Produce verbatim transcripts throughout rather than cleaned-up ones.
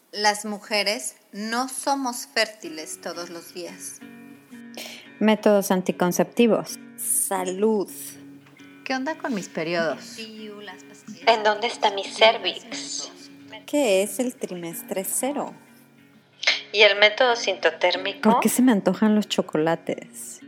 Las mujeres no somos fértiles todos los días. Métodos anticonceptivos. Salud. ¿Qué onda con mis periodos? ¿En dónde está mi cervix? ¿Qué es el trimestre cero? ¿Y el método sintotérmico? ¿Por qué se me antojan los chocolates?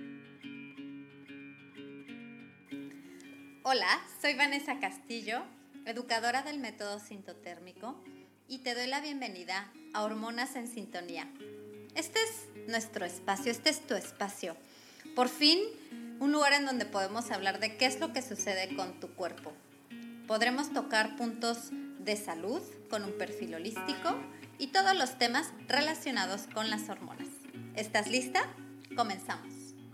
Hola, soy Vanessa Castillo, educadora del método sintotérmico, y te doy la bienvenida a Hormonas en Sintonía. Este es nuestro espacio, este es tu espacio. Por fin, un lugar en donde podemos hablar de qué es lo que sucede con tu cuerpo. Podremos tocar puntos de salud con un perfil holístico y todos los temas relacionados con las hormonas. ¿Estás lista? Comenzamos.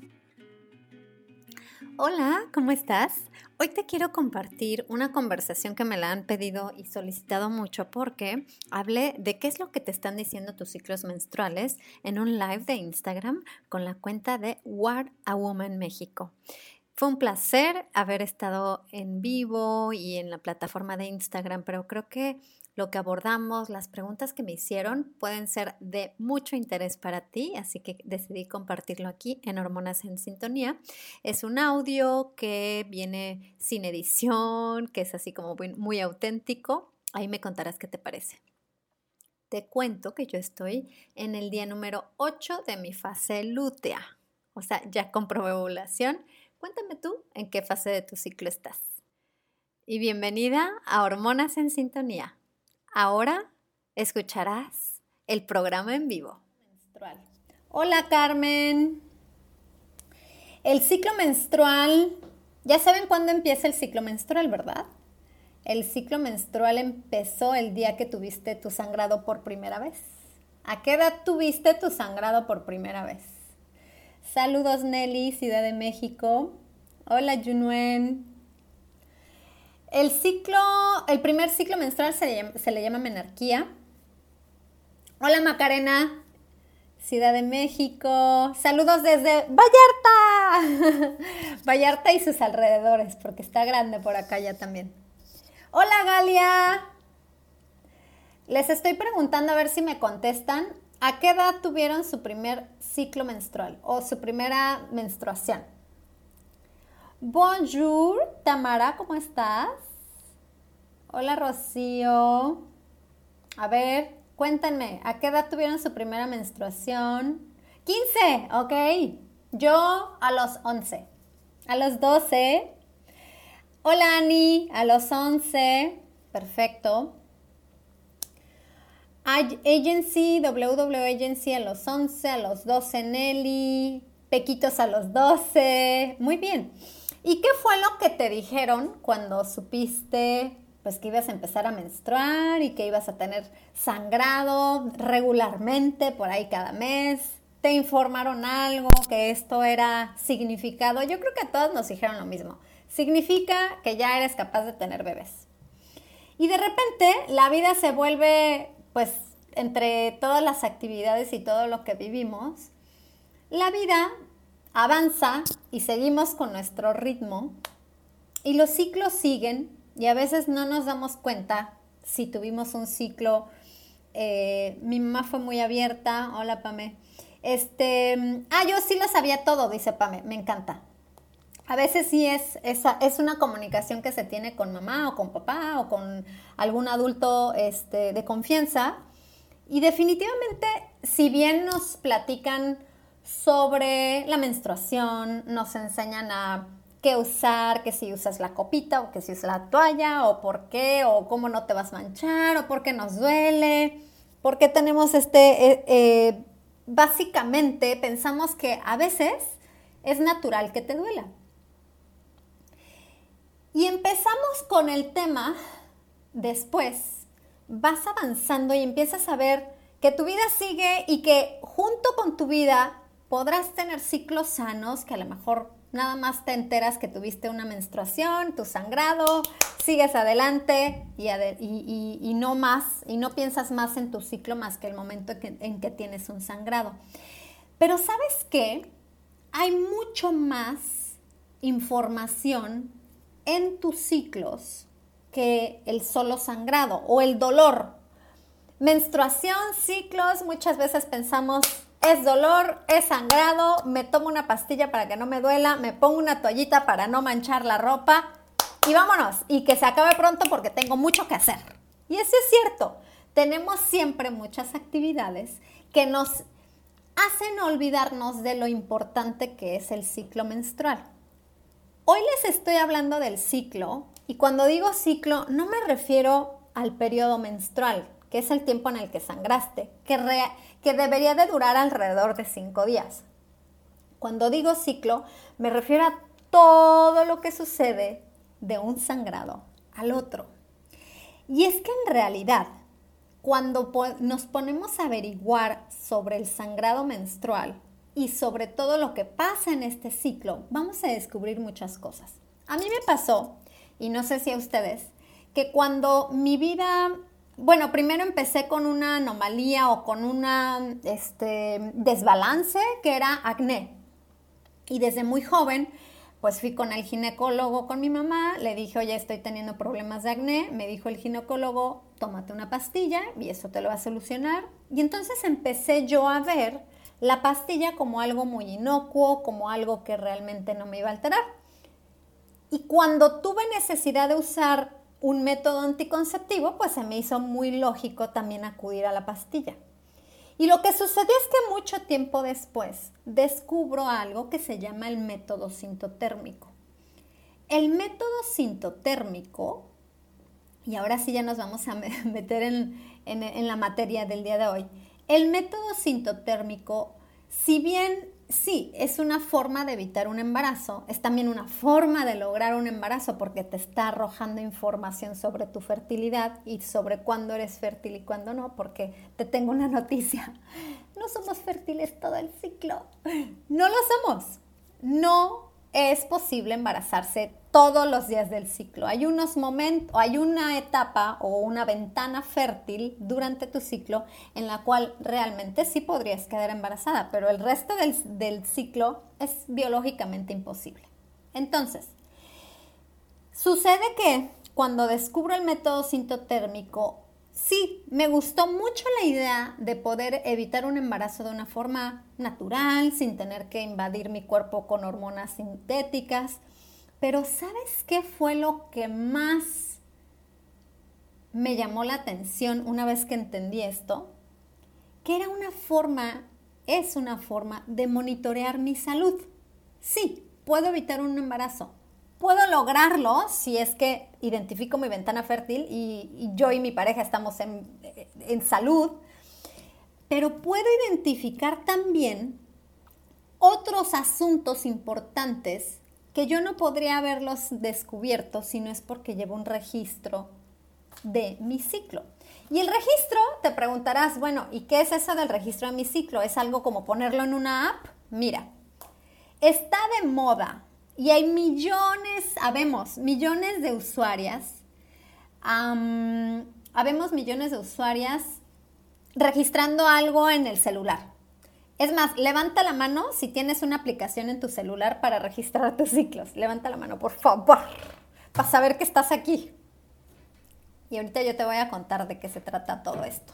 Hola, ¿cómo estás? Hoy te quiero compartir una conversación que me la han pedido y solicitado mucho porque hablé de qué es lo que te están diciendo tus ciclos menstruales en un live de Instagram con la cuenta de What a Woman México. Fue un placer haber estado en vivo y en la plataforma de Instagram, pero creo que lo que abordamos, las preguntas que me hicieron pueden ser de mucho interés para ti, así que decidí compartirlo aquí en Hormonas en Sintonía. Es un audio que viene sin edición, que es así como muy, muy auténtico. Ahí me contarás qué te parece. Te cuento que yo estoy en el día número ocho de mi fase lútea, o sea, ya comprobé ovulación. Cuéntame tú en qué fase de tu ciclo estás. Y bienvenida a Hormonas en Sintonía. Ahora escucharás el programa en vivo. Menstrual. Hola Carmen. El ciclo menstrual, ya saben cuándo empieza el ciclo menstrual, ¿verdad? El ciclo menstrual empezó el día que tuviste tu sangrado por primera vez. ¿A qué edad tuviste tu sangrado por primera vez? Saludos Nelly, Ciudad de México. Hola Junuen. El ciclo, el primer ciclo menstrual se le llama, se le llama menarquía. Hola Macarena, Ciudad de México. Saludos desde Vallarta. Vallarta y sus alrededores, porque está grande por acá ya también. Hola Galia. Les estoy preguntando a ver si me contestan. ¿A qué edad tuvieron su primer ciclo menstrual o su primera menstruación? Bonjour, Tamara, ¿cómo estás? Hola, Rocío. A ver, cuéntenme, ¿a qué edad tuvieron su primera menstruación? quince, ok. Yo a los once. A los doce. Hola, Ani, a los once. Perfecto. Agency, W W Agency a los once, a los doce, Nelly. Pequitos a los doce. Muy bien. ¿Y qué fue lo que te dijeron cuando supiste pues que ibas a empezar a menstruar y que ibas a tener sangrado regularmente por ahí cada mes? ¿Te informaron algo que esto era significado? Yo creo que a todos nos dijeron lo mismo. Significa que ya eres capaz de tener bebés. Y de repente la vida se vuelve, pues, entre todas las actividades y todo lo que vivimos, la vida avanza y seguimos con nuestro ritmo y los ciclos siguen y a veces no nos damos cuenta si tuvimos un ciclo. Eh, mi mamá fue muy abierta. Hola, Pame. Este, ah, yo sí lo sabía todo, dice Pame. Me encanta. A veces sí es, es, es una comunicación que se tiene con mamá o con papá o con algún adulto este, de confianza. Y definitivamente, si bien nos platican sobre la menstruación, nos enseñan a qué usar, que si usas la copita o que si usas la toalla o por qué o cómo no te vas a manchar o por qué nos duele, por qué tenemos este, eh, eh, básicamente pensamos que a veces es natural que te duela. Y empezamos con el tema, después vas avanzando y empiezas a ver que tu vida sigue y que junto con tu vida podrás tener ciclos sanos, que a lo mejor nada más te enteras que tuviste una menstruación, tu sangrado, sigues adelante y, ade- y, y, y no más, y no piensas más en tu ciclo más que el momento en que, en que tienes un sangrado. Pero ¿sabes qué? Hay mucho más información en tus ciclos que el solo sangrado o el dolor. Menstruación, ciclos, muchas veces pensamos, es dolor, es sangrado, me tomo una pastilla para que no me duela, me pongo una toallita para no manchar la ropa y vámonos, y que se acabe pronto porque tengo mucho que hacer. Y eso es cierto, tenemos siempre muchas actividades que nos hacen olvidarnos de lo importante que es el ciclo menstrual. Hoy les estoy hablando del ciclo, y cuando digo ciclo no me refiero al periodo menstrual, que es el tiempo en el que sangraste, que, re, que debería de durar alrededor de cinco días. Cuando digo ciclo, me refiero a todo lo que sucede de un sangrado al otro. Y es que en realidad, cuando nos ponemos a averiguar sobre el sangrado menstrual y sobre todo lo que pasa en este ciclo, vamos a descubrir muchas cosas. A mí me pasó, y no sé si a ustedes, que cuando mi vida... Bueno, primero empecé con una anomalía o con un este, desbalance que era acné. Y desde muy joven, pues fui con el ginecólogo con mi mamá, le dije, oye, estoy teniendo problemas de acné. Me dijo el ginecólogo, tómate una pastilla y eso te lo va a solucionar. Y entonces empecé yo a ver la pastilla como algo muy inocuo, como algo que realmente no me iba a alterar. Y cuando tuve necesidad de usar un método anticonceptivo, pues se me hizo muy lógico también acudir a la pastilla. Y lo que sucedió es que mucho tiempo después descubro algo que se llama el método sintotérmico. El método sintotérmico, y ahora sí ya nos vamos a meter en, en, en la materia del día de hoy, el método sintotérmico, si bien sí, es una forma de evitar un embarazo, es también una forma de lograr un embarazo porque te está arrojando información sobre tu fertilidad y sobre cuándo eres fértil y cuándo no, porque te tengo una noticia, no somos fértiles todo el ciclo, no lo somos, no es posible embarazarse todos los días del ciclo. Hay unos momentos, hay una etapa o una ventana fértil durante tu ciclo en la cual realmente sí podrías quedar embarazada, pero el resto del, del ciclo es biológicamente imposible. Entonces, sucede que cuando descubro el método sintotérmico, sí, me gustó mucho la idea de poder evitar un embarazo de una forma natural, sin tener que invadir mi cuerpo con hormonas sintéticas. Pero ¿sabes qué fue lo que más me llamó la atención una vez que entendí esto? Que era una forma, es una forma de monitorear mi salud. Sí, puedo evitar un embarazo. Puedo lograrlo si es que identifico mi ventana fértil y, y yo y mi pareja estamos en, en salud, pero puedo identificar también otros asuntos importantes que yo no podría haberlos descubierto si no es porque llevo un registro de mi ciclo. Y el registro, te preguntarás, bueno, ¿y qué es eso del registro de mi ciclo? ¿Es algo como ponerlo en una app? Mira, está de moda. Y hay millones, habemos millones de usuarias, um, habemos millones de usuarias registrando algo en el celular. Es más, levanta la mano si tienes una aplicación en tu celular para registrar tus ciclos. Levanta la mano, por favor, para saber que estás aquí. Y ahorita yo te voy a contar de qué se trata todo esto.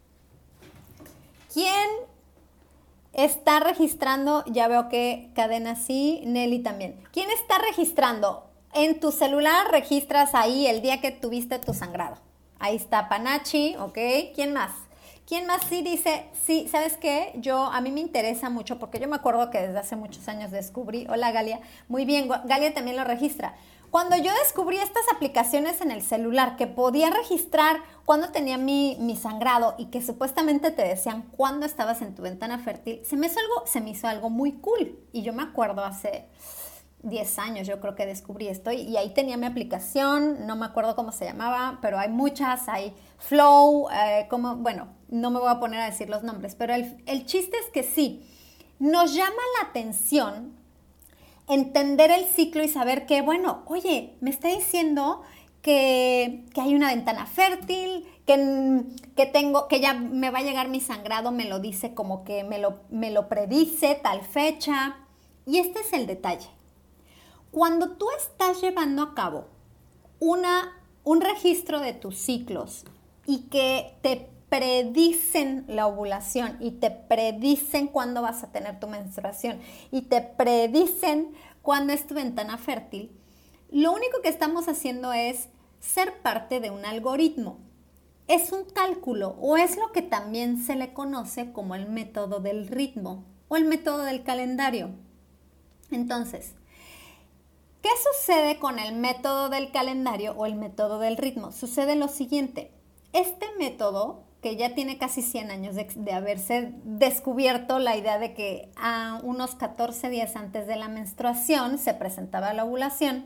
¿Quién está registrando? Ya veo que Cadena sí, Nelly también. ¿Quién está registrando? En tu celular registras ahí el día que tuviste tu sangrado. Ahí está Panachi, ¿ok? ¿Quién más? ¿Quién más sí dice, sí, ¿sabes qué? Yo, a mí me interesa mucho, porque yo me acuerdo que desde hace muchos años descubrí, hola Galia, muy bien, Galia también lo registra. Cuando yo descubrí estas aplicaciones en el celular que podía registrar cuando tenía mi, mi sangrado y que supuestamente te decían cuándo estabas en tu ventana fértil, se me hizo algo, se me hizo algo muy cool. Y yo me acuerdo hace diez años yo creo que descubrí esto y, y ahí tenía mi aplicación, no me acuerdo cómo se llamaba, pero hay muchas, hay Flow, eh, como, bueno, no me voy a poner a decir los nombres, pero el, el chiste es que sí, nos llama la atención entender el ciclo y saber que, bueno, oye, me está diciendo que, que hay una ventana fértil, que, que, tengo, que ya me va a llegar mi sangrado, me lo dice como que me lo, me lo predice tal fecha. Y este es el detalle. Cuando tú estás llevando a cabo una, un registro de tus ciclos y que te, pre, predicen la ovulación y te predicen cuándo vas a tener tu menstruación y te predicen cuándo es tu ventana fértil, lo único que estamos haciendo es ser parte de un algoritmo. Es un cálculo o es lo que también se le conoce como el método del ritmo o el método del calendario. Entonces, ¿qué sucede con el método del calendario o el método del ritmo? Sucede lo siguiente. Este método, que ya tiene casi cien años de, de haberse descubierto la idea de que a unos catorce días antes de la menstruación se presentaba la ovulación,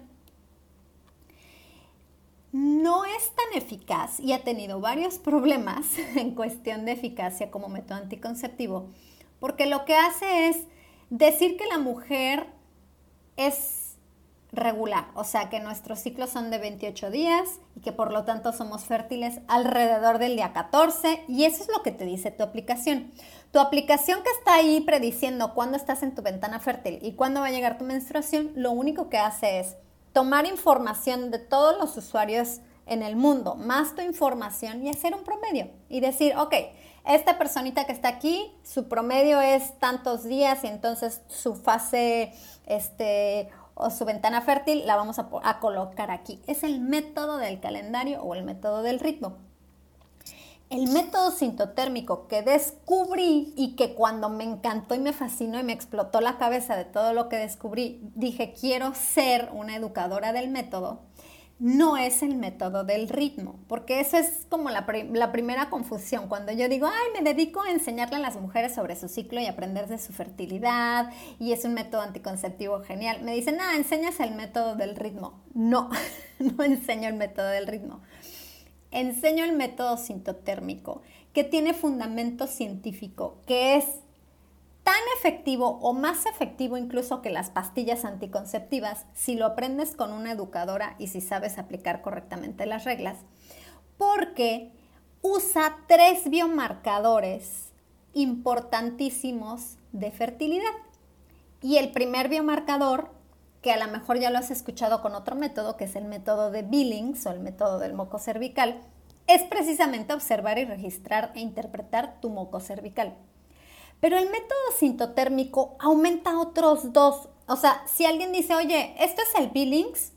no es tan eficaz y ha tenido varios problemas en cuestión de eficacia como método anticonceptivo, porque lo que hace es decir que la mujer es regular, o sea que nuestros ciclos son de veintiocho días y que por lo tanto somos fértiles alrededor del día catorce, y eso es lo que te dice tu aplicación. Tu aplicación que está ahí prediciendo cuándo estás en tu ventana fértil y cuándo va a llegar tu menstruación, lo único que hace es tomar información de todos los usuarios en el mundo, más tu información, y hacer un promedio y decir, ok, esta personita que está aquí, su promedio es tantos días y entonces su fase este, o su ventana fértil la vamos a, a colocar aquí. Es el método del calendario o el método del ritmo. El método sintotérmico que descubrí y que cuando me encantó y me fascinó y me explotó la cabeza de todo lo que descubrí, dije, quiero ser una educadora del método, no es el método del ritmo, porque eso es como la, la primera confusión. Cuando yo digo, ay, me dedico a enseñarle a las mujeres sobre su ciclo y aprender de su fertilidad y es un método anticonceptivo genial, me dicen, ah, enseñas el método del ritmo. No, no enseño el método del ritmo. Enseño el método sintotérmico, que tiene fundamento científico, que es tan efectivo o más efectivo incluso que las pastillas anticonceptivas si lo aprendes con una educadora y si sabes aplicar correctamente las reglas, porque usa tres biomarcadores importantísimos de fertilidad. Y el primer biomarcador, que a lo mejor ya lo has escuchado con otro método, que es el método de Billings o el método del moco cervical, es precisamente observar y registrar e interpretar tu moco cervical. Pero el método sintotérmico aumenta otros dos. O sea, si alguien dice, oye, esto es el Billings,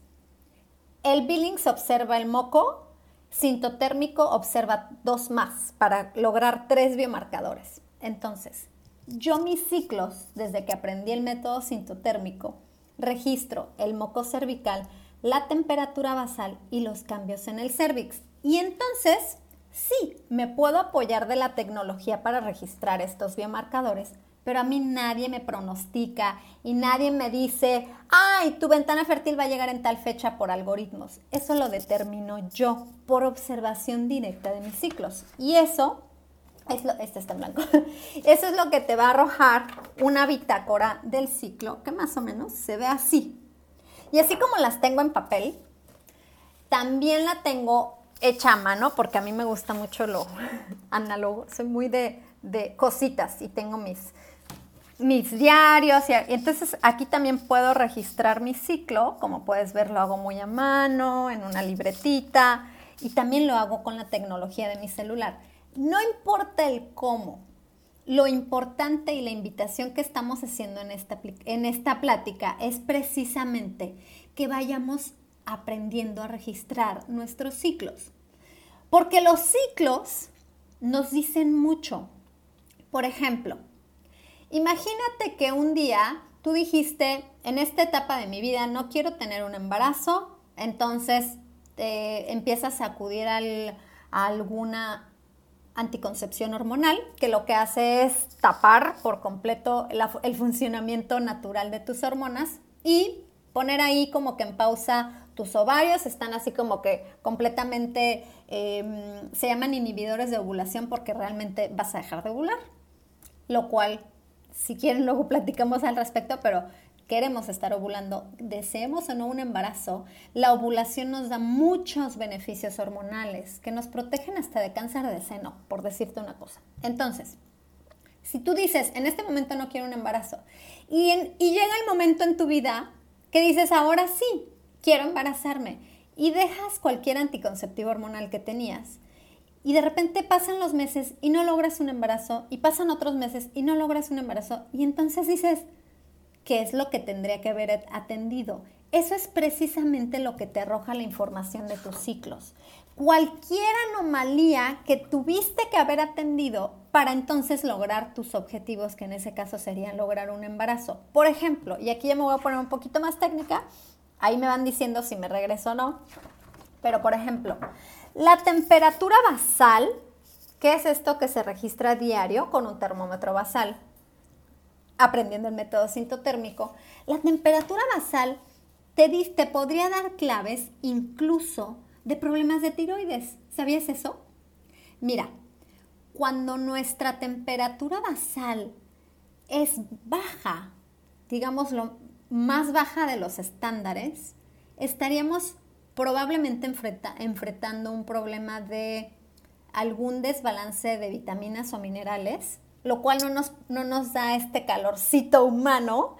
el Billings observa el moco, sintotérmico observa dos más para lograr tres biomarcadores. Entonces, yo mis ciclos, desde que aprendí el método sintotérmico, registro el moco cervical, la temperatura basal y los cambios en el cérvix. Y entonces, sí, me puedo apoyar de la tecnología para registrar estos biomarcadores, pero a mí nadie me pronostica y nadie me dice, ay, tu ventana fértil va a llegar en tal fecha por algoritmos. Eso lo determino yo por observación directa de mis ciclos. Y eso es lo, este está en blanco. Eso es lo que te va a arrojar una bitácora del ciclo que más o menos se ve así. Y así como las tengo en papel, también la tengo hecha a mano, porque a mí me gusta mucho lo análogo. Soy muy de, de cositas y tengo mis, mis diarios. Y, y entonces aquí también puedo registrar mi ciclo. Como puedes ver, lo hago muy a mano, en una libretita. Y también lo hago con la tecnología de mi celular. No importa el cómo. Lo importante y la invitación que estamos haciendo en esta, en esta plática es precisamente que vayamos aprendiendo a registrar nuestros ciclos. Porque los ciclos nos dicen mucho. Por ejemplo, imagínate que un día tú dijiste, en esta etapa de mi vida no quiero tener un embarazo, entonces eh, empiezas a acudir al, a alguna anticoncepción hormonal, que lo que hace es tapar por completo la, el funcionamiento natural de tus hormonas y poner ahí como que en pausa tus ovarios. Están así como que completamente, eh, se llaman inhibidores de ovulación porque realmente vas a dejar de ovular, lo cual, si quieren, luego platicamos al respecto, pero queremos estar ovulando, deseemos o no un embarazo, la ovulación nos da muchos beneficios hormonales que nos protegen hasta de cáncer de seno, por decirte una cosa. Entonces, si tú dices, en este momento no quiero un embarazo, y, en, y llega el momento en tu vida que dices, ahora sí, quiero embarazarme, y dejas cualquier anticonceptivo hormonal que tenías, y de repente pasan los meses y no logras un embarazo y pasan otros meses y no logras un embarazo y entonces dices, ¿qué es lo que tendría que haber atendido? Eso es precisamente lo que te arroja la información de tus ciclos. Cualquier anomalía que tuviste que haber atendido para entonces lograr tus objetivos, que en ese caso serían lograr un embarazo. Por ejemplo, y aquí ya me voy a poner un poquito más técnica, ahí me van diciendo si me regreso o no, pero por ejemplo, la temperatura basal, ¿qué es esto que se registra a diario con un termómetro basal? Aprendiendo el método sintotérmico, la temperatura basal te, te podría dar claves incluso de problemas de tiroides. ¿Sabías eso? Mira, cuando nuestra temperatura basal es baja, digamos lo más baja de los estándares, estaríamos probablemente enfrenta, enfrentando un problema de algún desbalance de vitaminas o minerales, lo cual no nos, no nos da este calorcito humano,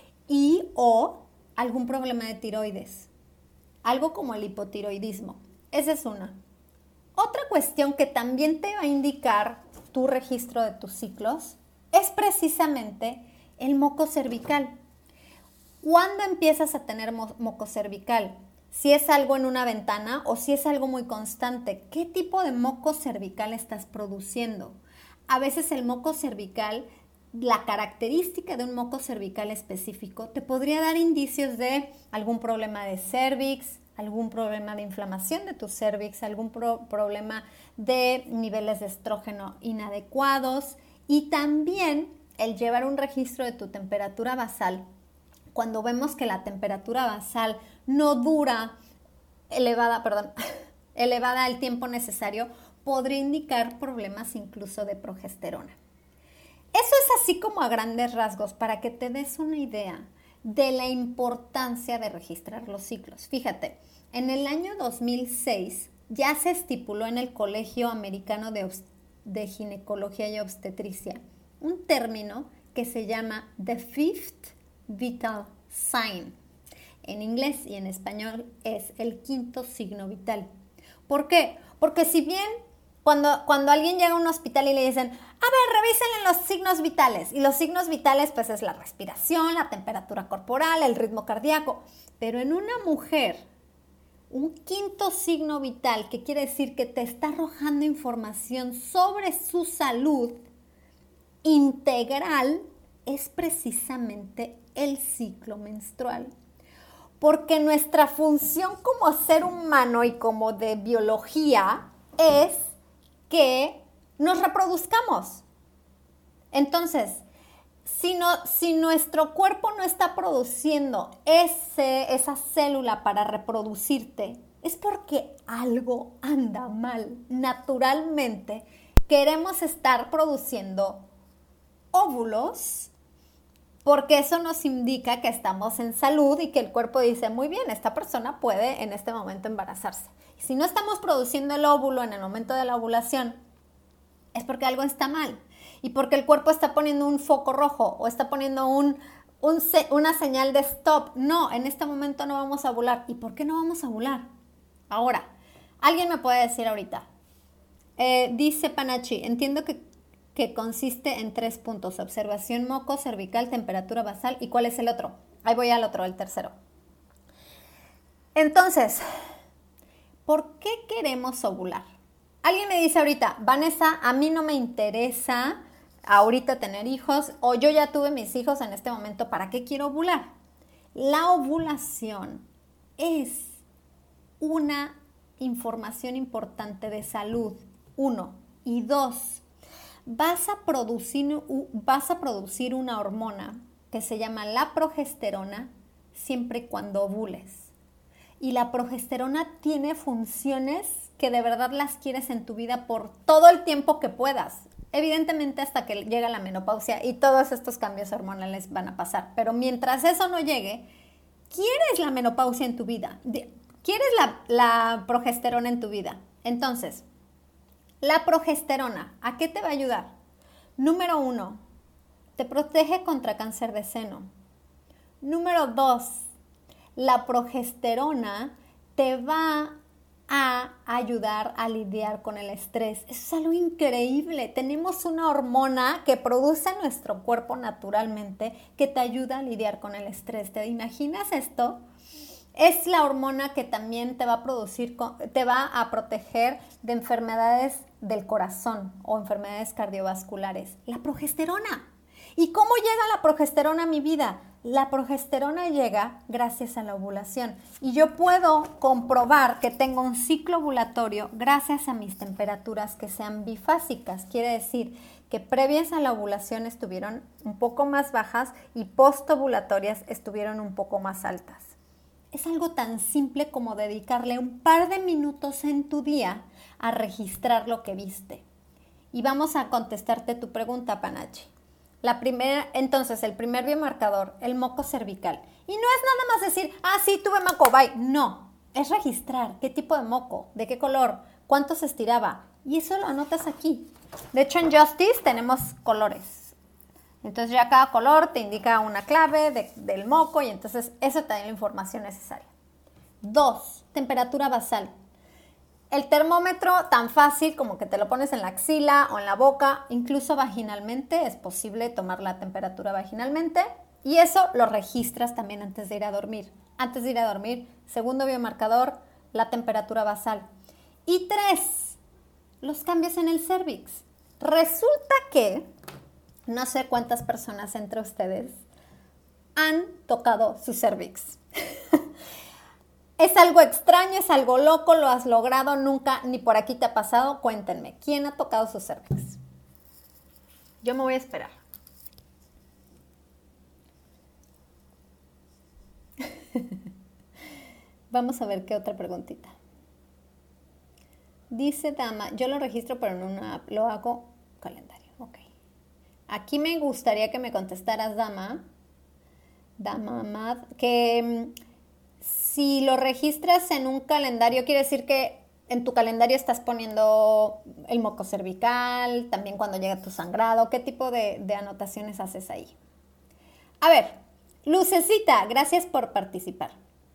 y o algún problema de tiroides, algo como el hipotiroidismo. Esa es una. Otra cuestión que también te va a indicar tu registro de tus ciclos es precisamente el moco cervical. ¿Cuándo empiezas a tener mo- moco cervical? Si es algo en una ventana o si es algo muy constante. ¿Qué tipo de moco cervical estás produciendo? A veces el moco cervical, la característica de un moco cervical específico, te podría dar indicios de algún problema de cervix, algún problema de inflamación de tu cervix, algún pro- problema de niveles de estrógeno inadecuados, y también el llevar un registro de tu temperatura basal. Cuando vemos que la temperatura basal no dura elevada, perdón, elevada el tiempo necesario, podría indicar problemas incluso de progesterona. Eso es así como a grandes rasgos, para que te des una idea de la importancia de registrar los ciclos. Fíjate, en el año dos mil seis ya se estipuló en el Colegio Americano de, Obst- de Ginecología y Obstetricia un término que se llama The Fifth Vital Sign. En inglés y en español es el quinto signo vital. ¿Por qué? Porque si bien cuando, cuando alguien llega a un hospital y le dicen, a ver, revísenle los signos vitales, y los signos vitales pues es la respiración, la temperatura corporal, el ritmo cardíaco, pero en una mujer, un quinto signo vital, que quiere decir que te está arrojando información sobre su salud integral, es precisamente el ciclo menstrual. Porque nuestra función como ser humano y como de biología es que nos reproduzcamos. Entonces, si, no, si nuestro cuerpo no está produciendo ese, esa célula para reproducirte, es porque algo anda mal. Naturalmente, queremos estar produciendo óvulos, porque eso nos indica que estamos en salud y que el cuerpo dice, muy bien, esta persona puede en este momento embarazarse. Y si no estamos produciendo el óvulo en el momento de la ovulación, es porque algo está mal. Y porque el cuerpo está poniendo un foco rojo o está poniendo un, un, una señal de stop. No, en este momento no vamos a ovular. ¿Y por qué no vamos a ovular? Ahora, alguien me puede decir ahorita, eh, dice Panachi, entiendo que que consiste en tres puntos: observación, moco cervical, temperatura basal. ¿Y cuál es el otro? Ahí voy al otro, el tercero. Entonces, ¿por qué queremos ovular? Alguien me dice ahorita, Vanessa, a mí no me interesa ahorita tener hijos, o yo ya tuve mis hijos en este momento, ¿para qué quiero ovular? La ovulación es una información importante de salud, uno, y dos, Vas a, producir, vas a producir una hormona que se llama la progesterona siempre y cuando ovules. Y la progesterona tiene funciones que de verdad las quieres en tu vida por todo el tiempo que puedas. Evidentemente hasta que llega la menopausia y todos estos cambios hormonales van a pasar. Pero mientras eso no llegue, quieres la menopausia en tu vida. Quieres la, la progesterona en tu vida. Entonces, la progesterona, ¿a qué te va a ayudar? Número uno, te protege contra cáncer de seno. Número dos, la progesterona te va a ayudar a lidiar con el estrés. Eso es algo increíble. Tenemos una hormona que produce nuestro cuerpo naturalmente que te ayuda a lidiar con el estrés. ¿Te imaginas esto? Es la hormona que también te va a producir, te va a proteger de enfermedades del corazón o enfermedades cardiovasculares. La progesterona. ¿Y cómo llega la progesterona a mi vida? La progesterona llega gracias a la ovulación y yo puedo comprobar que tengo un ciclo ovulatorio gracias a mis temperaturas que sean bifásicas. Quiere decir que previas a la ovulación estuvieron un poco más bajas y postovulatorias estuvieron un poco más altas. Es algo tan simple como dedicarle un par de minutos en tu día a registrar lo que viste. Y vamos a contestarte tu pregunta, Panachi. La primera, entonces, el primer biomarcador, el moco cervical. Y no es nada más decir, ah, sí, tuve moco, bye. No, es registrar qué tipo de moco, de qué color, cuánto se estiraba. Y eso lo anotas aquí. De hecho, en Justice tenemos colores. Entonces ya cada color te indica una clave de, del moco y entonces eso te da la información necesaria. Dos, temperatura basal. El termómetro tan fácil como que te lo pones en la axila o en la boca, incluso vaginalmente, es posible tomar la temperatura vaginalmente y eso lo registras también antes de ir a dormir. Antes de ir a dormir, segundo biomarcador, la temperatura basal. Y tres, los cambios en el cervix. Resulta que, no sé cuántas personas entre ustedes han tocado su cervix. ¿Es algo extraño? ¿Es algo loco? ¿Lo has logrado? ¿Nunca? ¿Ni por aquí te ha pasado? Cuéntenme. ¿Quién ha tocado su cervix? Yo me voy a esperar. Vamos a ver qué otra preguntita. Dice Dama, yo lo registro pero en una app, lo hago calendario. Ok. Aquí me gustaría que me contestaras, Dama, Dama Mad, que si lo registras en un calendario, quiere decir que en tu calendario estás poniendo el moco cervical, también cuando llega tu sangrado. ¿Qué tipo de, de anotaciones haces ahí? A ver, Lucecita, gracias por participar.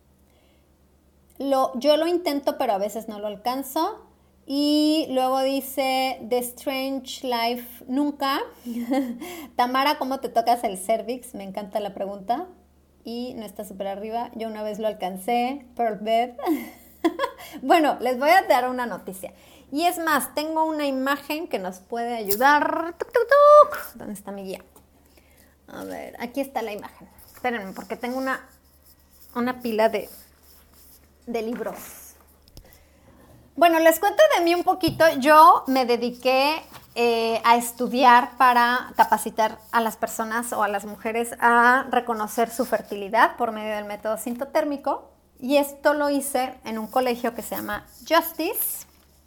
Lo, yo lo intento, pero a veces no lo alcanzo. Y luego dice, The Strange Life, nunca. Tamara, ¿cómo te tocas el cervix? Me encanta la pregunta. Y no está súper arriba. Yo una vez lo alcancé. Pearl Bed. Bueno, les voy a dar una noticia. Y es más, tengo una imagen que nos puede ayudar. ¡Tuc, tuc, tuc! ¿Dónde está mi guía? A ver, aquí está la imagen. Espérenme, porque tengo una, una pila de, de libros. Bueno, les cuento de mí un poquito. Yo me dediqué eh, a estudiar para capacitar a las personas o a las mujeres a reconocer su fertilidad por medio del método sintotérmico. Y esto lo hice en un colegio que se llama Justice.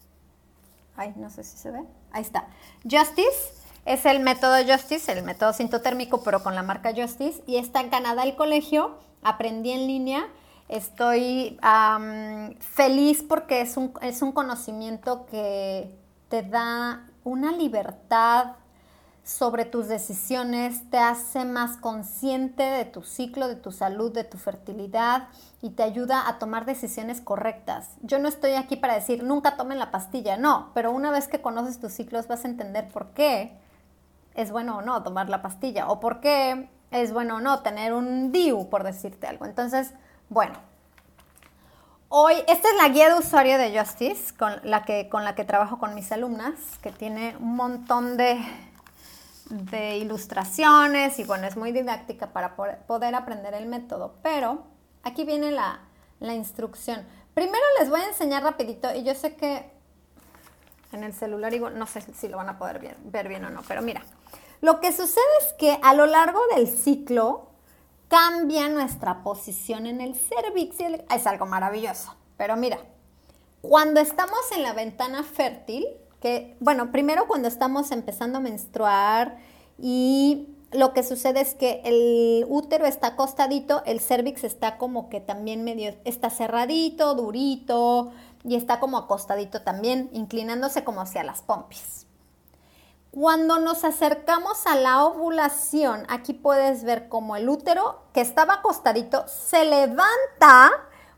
Ay, no sé si se ve. Ahí está. Justice es el método Justice, el método sintotérmico, pero con la marca Justice. Y está en Canadá el colegio. Aprendí en línea. Estoy um, feliz porque es un, es un conocimiento que te da una libertad sobre tus decisiones, te hace más consciente de tu ciclo, de tu salud, de tu fertilidad y te ayuda a tomar decisiones correctas. Yo no estoy aquí para decir nunca tomen la pastilla, no, pero una vez que conoces tus ciclos vas a entender por qué es bueno o no tomar la pastilla o por qué es bueno o no tener un D I U, por decirte algo. Entonces, bueno, hoy, esta es la guía de usuario de Justice con la que, con la que trabajo con mis alumnas, que tiene un montón de, de ilustraciones y bueno, es muy didáctica para poder aprender el método, pero aquí viene la, la instrucción. Primero les voy a enseñar rapidito y yo sé que en el celular igual, no sé si lo van a poder ver, ver bien o no, pero mira, lo que sucede es que a lo largo del ciclo cambia nuestra posición en el cervix. Es algo maravilloso. Pero mira, cuando estamos en la ventana fértil, que, bueno, primero cuando estamos empezando a menstruar y lo que sucede es que el útero está acostadito, el cervix está como que también medio, está cerradito, durito y está como acostadito también, inclinándose como hacia las pompis. Cuando nos acercamos a la ovulación, aquí puedes ver como el útero que estaba acostadito se levanta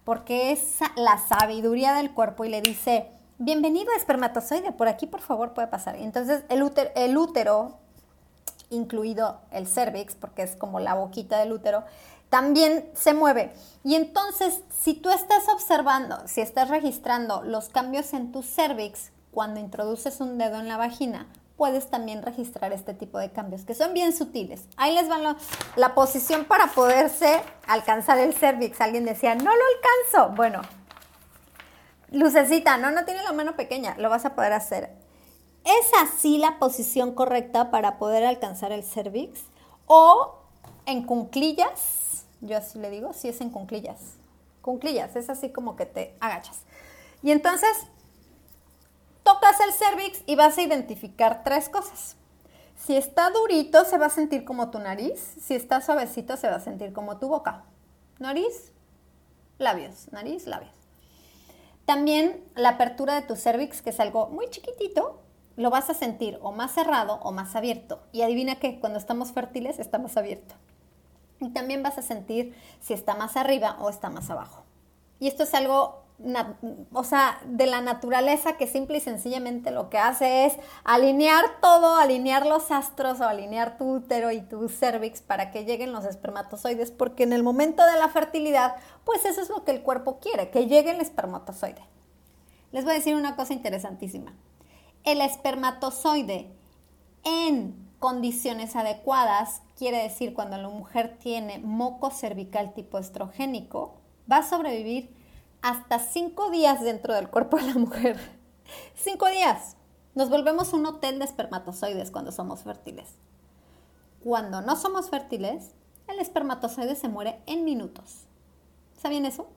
porque es la sabiduría del cuerpo y le dice, bienvenido espermatozoide, por aquí por favor puede pasar. Y entonces el útero, el útero, incluido el cervix, porque es como la boquita del útero, también se mueve. Y entonces, si tú estás observando, si estás registrando los cambios en tu cervix, cuando introduces un dedo en la vagina, puedes también registrar este tipo de cambios, que son bien sutiles. Ahí les van lo, la posición para poderse alcanzar el cervix. Alguien decía, no lo alcanzo. Bueno, lucecita, no, no tiene la mano pequeña, lo vas a poder hacer. ¿Es así la posición correcta para poder alcanzar el cervix? O en cunclillas, yo así le digo, sí es en cunclillas. Cunclillas, es así como que te agachas. Y entonces tocas el cervix y vas a identificar tres cosas. Si está durito, se va a sentir como tu nariz. Si está suavecito, se va a sentir como tu boca. Nariz, labios, nariz, labios. También la apertura de tu cervix, que es algo muy chiquitito, lo vas a sentir o más cerrado o más abierto. Y adivina qué, cuando estamos fértiles está más abierto. Y también vas a sentir si está más arriba o está más abajo. Y esto es algo, o sea, de la naturaleza, que simple y sencillamente lo que hace es alinear todo, alinear los astros o alinear tu útero y tu cervix para que lleguen los espermatozoides, porque en el momento de la fertilidad, pues eso es lo que el cuerpo quiere, que llegue el espermatozoide. Les voy a decir una cosa interesantísima. El espermatozoide en condiciones adecuadas, quiere decir cuando la mujer tiene moco cervical tipo estrogénico, va a sobrevivir hasta cinco días dentro del cuerpo de la mujer. Cinco días. Nos volvemos un hotel de espermatozoides cuando somos fértiles. Cuando no somos fértiles, el espermatozoide se muere en minutos. ¿Sabían eso?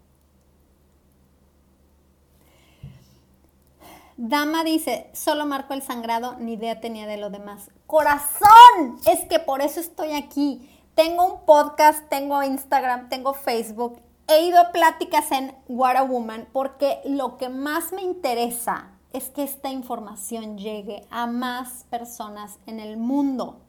Dama dice, solo marco el sangrado, ni idea tenía de lo demás. ¡Corazón! Es que por eso estoy aquí. Tengo un podcast, tengo Instagram, tengo Facebook. He ido a pláticas en What a Woman porque lo que más me interesa es que esta información llegue a más personas en el mundo.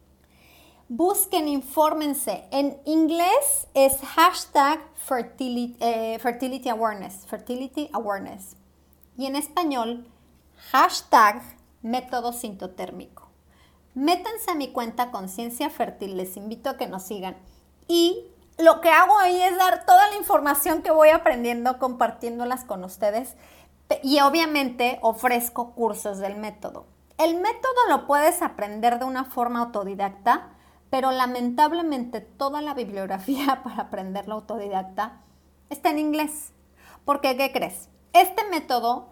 Busquen, infórmense. En inglés es hashtag fertility, eh, fertility awareness, fertility awareness. Y en español, hashtag método sintotérmico. Métanse a mi cuenta Conciencia Fértil, les invito a que nos sigan. Y lo que hago ahí es dar toda la información que voy aprendiendo, compartiéndolas con ustedes. Y obviamente ofrezco cursos del método. El método lo puedes aprender de una forma autodidacta, pero lamentablemente toda la bibliografía para aprenderlo autodidacta está en inglés. Porque, ¿qué crees? Este método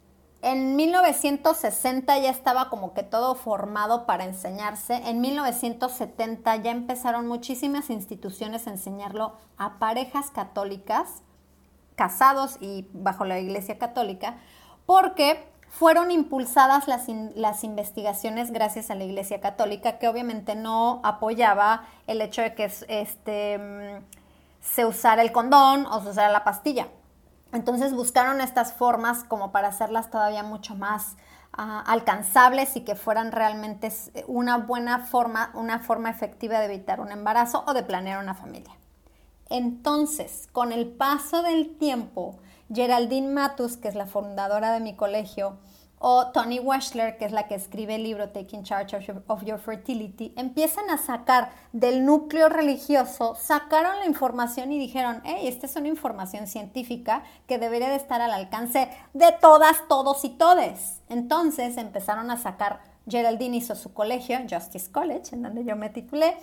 en mil novecientos sesenta ya estaba como que todo formado para enseñarse. En mil novecientos setenta ya empezaron muchísimas instituciones a enseñarlo a parejas católicas, casados y bajo la Iglesia Católica, porque fueron impulsadas las, in, las investigaciones gracias a la Iglesia Católica, que obviamente no apoyaba el hecho de que este, se usara el condón o se usara la pastilla. Entonces buscaron estas formas como para hacerlas todavía mucho más uh, alcanzables y que fueran realmente una buena forma, una forma efectiva de evitar un embarazo o de planear una familia. Entonces, con el paso del tiempo, Geraldine Matus, que es la fundadora de mi colegio, o Toni Weschler, que es la que escribe el libro Taking Charge of Your, of Your Fertility, empiezan a sacar del núcleo religioso, sacaron la información y dijeron, hey, esta es una información científica que debería de estar al alcance de todas, todos y todes. Entonces empezaron a sacar, Geraldine hizo su colegio, Justice College, en donde yo me titulé,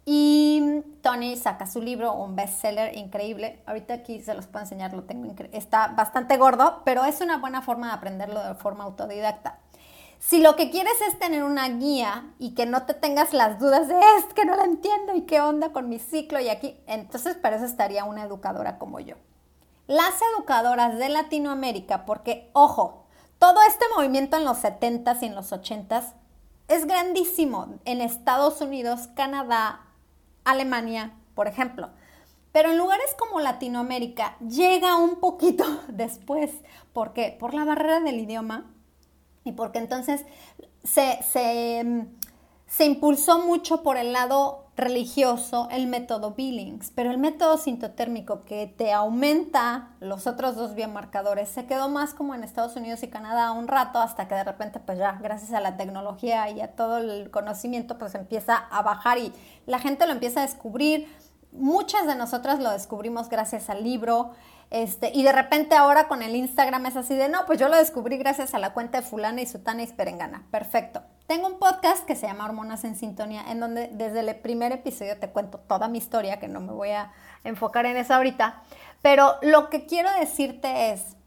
y Toni saca su libro, un bestseller increíble. Ahorita aquí se los puedo enseñar, lo tengo incre- está bastante gordo, pero es una buena forma de aprenderlo de forma autodidacta. Si lo que quieres es tener una guía y que no te tengas las dudas de es que no la entiendo y qué onda con mi ciclo y aquí, entonces para eso estaría una educadora como yo. Las educadoras de Latinoamérica, porque ojo, todo este movimiento en los setentas y en los ochentas es grandísimo en Estados Unidos, Canadá, Alemania, por ejemplo. Pero en lugares como Latinoamérica llega un poquito después. ¿Por qué? Por la barrera del idioma y porque entonces se, se, se impulsó mucho por el lado religioso el método Billings, pero el método sintotérmico que te aumenta los otros dos biomarcadores se quedó más como en Estados Unidos y Canadá un rato, hasta que de repente pues ya gracias a la tecnología y a todo el conocimiento pues empieza a bajar y la gente lo empieza a descubrir. Muchas de nosotras lo descubrimos gracias al libro. Este, y de repente ahora con el Instagram es así de, no, pues yo lo descubrí gracias a la cuenta de fulana y sutana y perengana. Perfecto. Tengo un podcast que se llama Hormonas en Sintonía, en donde desde el primer episodio te cuento toda mi historia, que no me voy a enfocar en eso ahorita. Pero lo que quiero decirte es,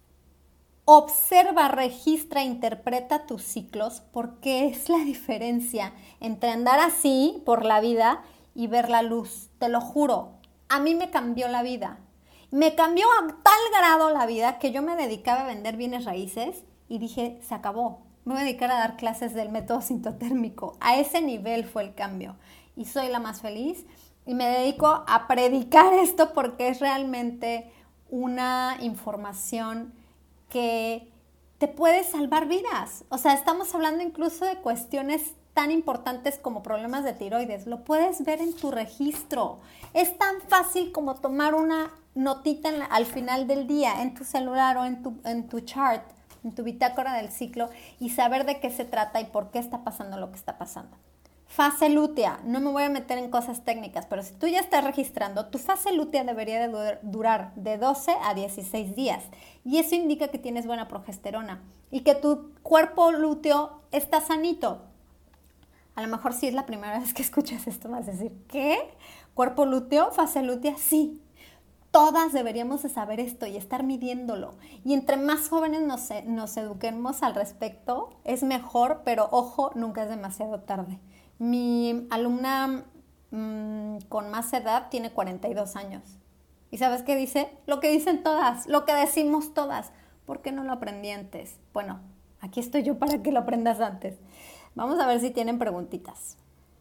observa, registra, interpreta tus ciclos, porque es la diferencia entre andar así por la vida y ver la luz. Te lo juro, a mí me cambió la vida. Me cambió a tal grado la vida que yo me dedicaba a vender bienes raíces y dije, se acabó. Me voy a dedicar a dar clases del método sintotérmico. A ese nivel fue el cambio. Y soy la más feliz. Y me dedico a predicar esto porque es realmente una información que te puede salvar vidas. O sea, estamos hablando incluso de cuestiones tan importantes como problemas de tiroides. Lo puedes ver en tu registro. Es tan fácil como tomar una notita en la, al final del día en tu celular o en tu, en tu chart, en tu bitácora del ciclo y saber de qué se trata y por qué está pasando lo que está pasando. Fase lútea. No me voy a meter en cosas técnicas, pero si tú ya estás registrando, tu fase lútea debería de dur- durar de doce a dieciséis días y eso indica que tienes buena progesterona y que tu cuerpo lúteo está sanito. A lo mejor si es la primera vez que escuchas esto vas a decir, ¿qué? ¿Cuerpo lúteo? ¿Fase lútea? Sí. Todas deberíamos de saber esto y estar midiéndolo. Y entre más jóvenes nos, nos eduquemos al respecto, es mejor, pero ojo, nunca es demasiado tarde. Mi alumna mmm, con más edad tiene cuarenta y dos años. ¿Y sabes qué dice? Lo que dicen todas, lo que decimos todas. ¿Por qué no lo aprendí antes? Bueno, aquí estoy yo para que lo aprendas antes. Vamos a ver si tienen preguntitas.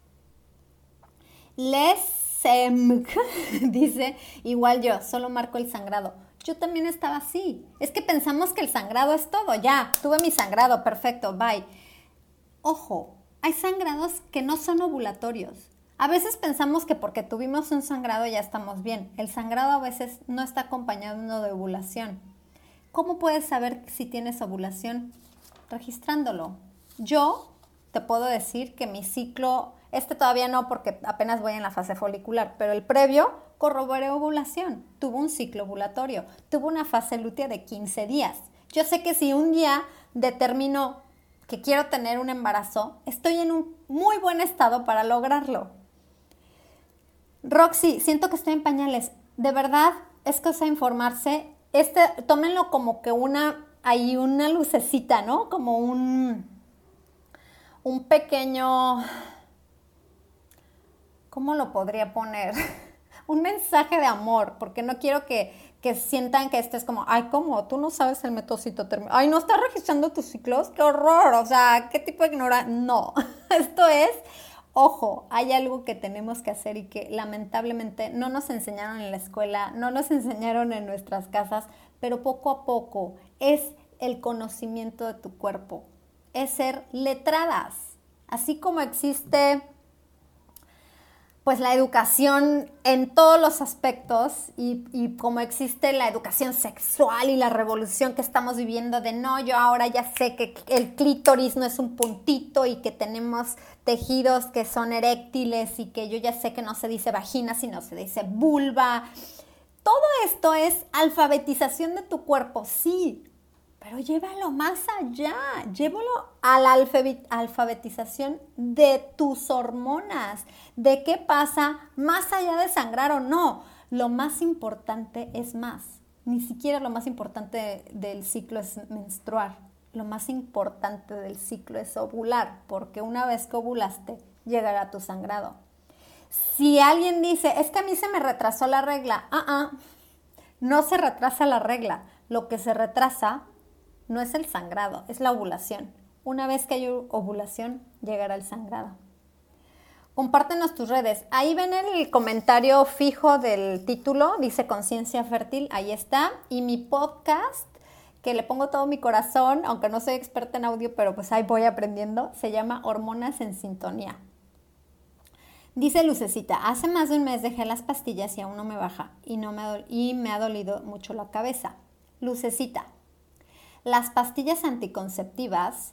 Les dice, igual yo, solo marco el sangrado. Yo también estaba así. Es que pensamos que el sangrado es todo. Ya, tuve mi sangrado, perfecto, bye. Ojo, hay sangrados que no son ovulatorios. A veces pensamos que porque tuvimos un sangrado ya estamos bien. El sangrado a veces no está acompañado de ovulación. ¿Cómo puedes saber si tienes ovulación? Registrándolo. Yo te puedo decir que mi ciclo... Este todavía no porque apenas voy en la fase folicular, pero el previo corroboré ovulación, tuvo un ciclo ovulatorio, tuvo una fase lútea de quince días. Yo sé que si un día determino que quiero tener un embarazo, estoy en un muy buen estado para lograrlo. Roxy, siento que estoy en pañales. De verdad, es cosa de informarse. Este, tómenlo como que una, hay una lucecita, ¿no? Como un, un pequeño... ¿Cómo lo podría poner? Un mensaje de amor, porque no quiero que, que sientan que esto es como, ay, ¿cómo? Tú no sabes el método sintotérmico. Ay, ¿no estás registrando tus ciclos? ¡Qué horror! O sea, ¿qué tipo de ignorancia? No, esto es, ojo, hay algo que tenemos que hacer y que lamentablemente no nos enseñaron en la escuela, no nos enseñaron en nuestras casas, pero poco a poco es el conocimiento de tu cuerpo, es ser letradas. Así como existe... pues la educación en todos los aspectos y, y como existe la educación sexual y la revolución que estamos viviendo de no, yo ahora ya sé que el clítoris no es un puntito y que tenemos tejidos que son eréctiles y que yo ya sé que no se dice vagina, sino se dice vulva. Todo esto es alfabetización de tu cuerpo, sí, pero llévalo más allá, llévalo a la alfabetización de tus hormonas, de qué pasa más allá de sangrar o no. Lo más importante es más, ni siquiera lo más importante del ciclo es menstruar, lo más importante del ciclo es ovular, porque una vez que ovulaste, llegará tu sangrado. Si alguien dice, es que a mí se me retrasó la regla, ah, uh-uh, no se retrasa la regla, lo que se retrasa no es el sangrado, es la ovulación. Una vez que hay ovulación, llegará el sangrado. Compártenos tus redes. Ahí ven el comentario fijo del título, dice Conciencia Fértil, ahí está. Y mi podcast, que le pongo todo mi corazón, aunque no soy experta en audio, pero pues ahí voy aprendiendo, se llama Hormonas en Sintonía. Dice Lucecita, hace más de un mes dejé las pastillas y aún no me baja y, no me, ha y me ha dolido mucho la cabeza. Lucecita, las pastillas anticonceptivas,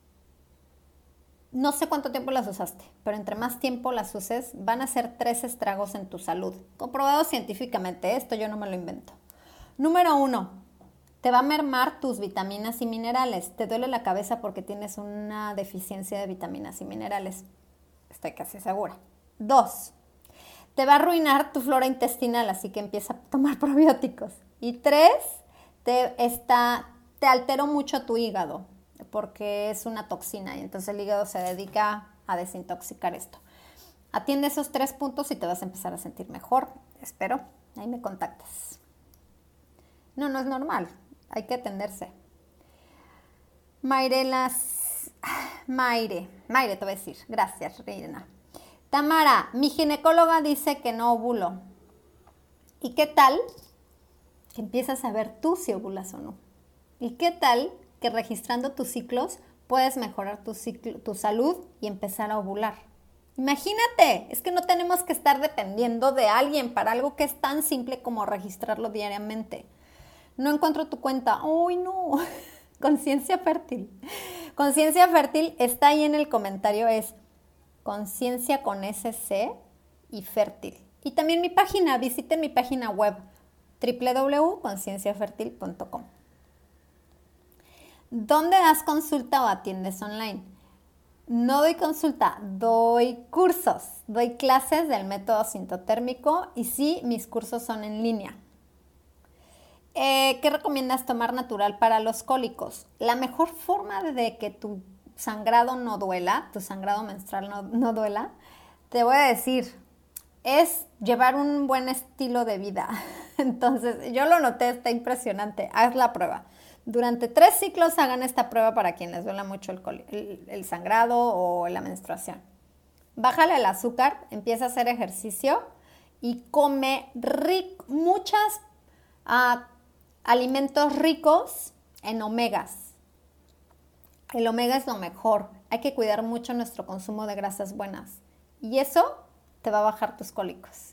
no sé cuánto tiempo las usaste, pero entre más tiempo las uses, van a hacer tres estragos en tu salud. Comprobado científicamente, esto yo no me lo invento. Número uno, te va a mermar tus vitaminas y minerales. Te duele la cabeza porque tienes una deficiencia de vitaminas y minerales. Estoy casi segura. Dos, te va a arruinar tu flora intestinal, así que empieza a tomar probióticos. Y tres, te, está, te alteró mucho tu hígado, porque es una toxina y entonces el hígado se dedica a desintoxicar esto. Atiende esos tres puntos y te vas a empezar a sentir mejor. Espero. Ahí me contactas. No, no es normal. Hay que atenderse. Mayre, las... Mayre. Mayre te voy a decir. Gracias, Reina. Tamara, mi ginecóloga dice que no ovulo. ¿Y qué tal que empiezas a ver tú si ovulas o no? ¿Y qué tal que registrando tus ciclos puedes mejorar tu, ciclo, tu salud y empezar a ovular? Imagínate, es que no tenemos que estar dependiendo de alguien para algo que es tan simple como registrarlo diariamente. No encuentro tu cuenta. ¡Uy, no! Conciencia Fértil. Conciencia Fértil está ahí en el comentario, es Conciencia con S C y Fértil. Y también mi página, visiten mi página web doble u doble u doble u punto conciencia fértil punto com. ¿Dónde das consulta o atiendes online? No doy consulta, doy cursos, doy clases del método sintotérmico y sí, mis cursos son en línea. Eh, ¿Qué recomiendas tomar natural para los cólicos? La mejor forma de que tu sangrado no duela, tu sangrado menstrual no, no duela, te voy a decir, es llevar un buen estilo de vida. Entonces, yo lo noté, está impresionante. Haz la prueba. Durante tres ciclos hagan esta prueba para quien les duela mucho el, el, el sangrado o la menstruación. Bájale el azúcar, empieza a hacer ejercicio y come ric, muchas uh, alimentos ricos en omegas. El omega es lo mejor. Hay que cuidar mucho nuestro consumo de grasas buenas. Y eso te va a bajar tus cólicos.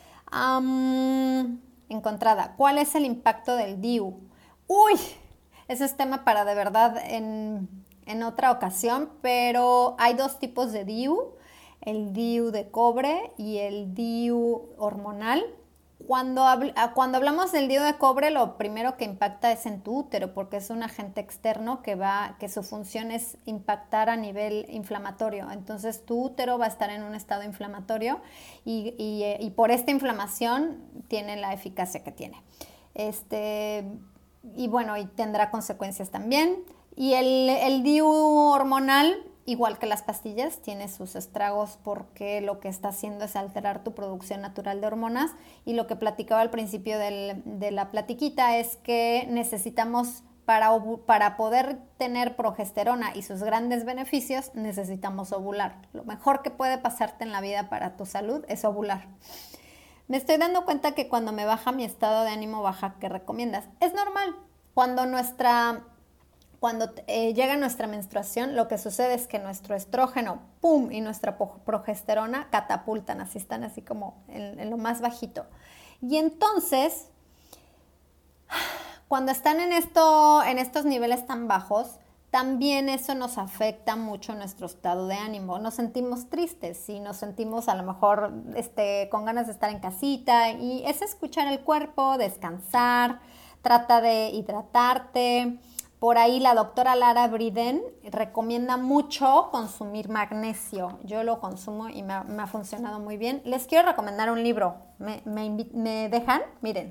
Um, encontrada. ¿Cuál es el impacto del D I U? ¡Uy! Ese es tema para de verdad en, en otra ocasión, pero hay dos tipos de D I U. El D I U de cobre y el D I U hormonal. Cuando, habl- cuando hablamos del D I U de cobre, lo primero que impacta es en tu útero, porque es un agente externo que, va, que su función es impactar a nivel inflamatorio. Entonces, tu útero va a estar en un estado inflamatorio y, y, y por esta inflamación tiene la eficacia que tiene. Este, y bueno, y tendrá consecuencias también. Y el, el D I U hormonal, igual que las pastillas, tiene sus estragos porque lo que está haciendo es alterar tu producción natural de hormonas. Y lo que platicaba al principio del, de la platiquita es que necesitamos, para, para poder tener progesterona y sus grandes beneficios, necesitamos ovular. Lo mejor que puede pasarte en la vida para tu salud es ovular. Me estoy dando cuenta que cuando me baja mi estado de ánimo baja, ¿qué recomiendas? Es normal. Cuando nuestra... Cuando eh, llega nuestra menstruación, lo que sucede es que nuestro estrógeno, ¡pum!, y nuestra progesterona catapultan, así están así como en, en lo más bajito. Y entonces, cuando están en, esto, en estos niveles tan bajos, también eso nos afecta mucho nuestro estado de ánimo. Nos sentimos tristes y nos sentimos a lo mejor este, con ganas de estar en casita. Y es escuchar el cuerpo, descansar, trata de hidratarte. Por ahí la doctora Lara Briden recomienda mucho consumir magnesio. Yo lo consumo y me ha, me ha funcionado muy bien. Les quiero recomendar un libro. ¿Me, me, me dejan? Miren.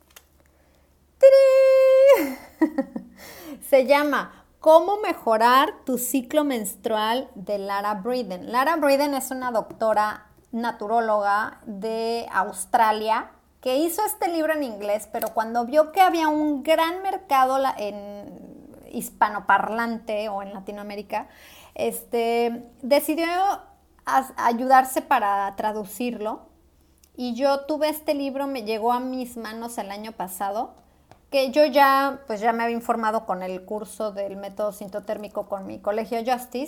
Se llama ¿Cómo mejorar tu ciclo menstrual? De Lara Briden. Lara Briden es una doctora naturóloga de Australia que hizo este libro en inglés, pero cuando vio que había un gran mercado en hispanoparlante o en Latinoamérica, este, decidió ayudarse para traducirlo. Y yo tuve este libro, me llegó a mis manos el año pasado, que yo ya, pues ya me había informado con el curso del método sintotérmico con mi colegio Justice,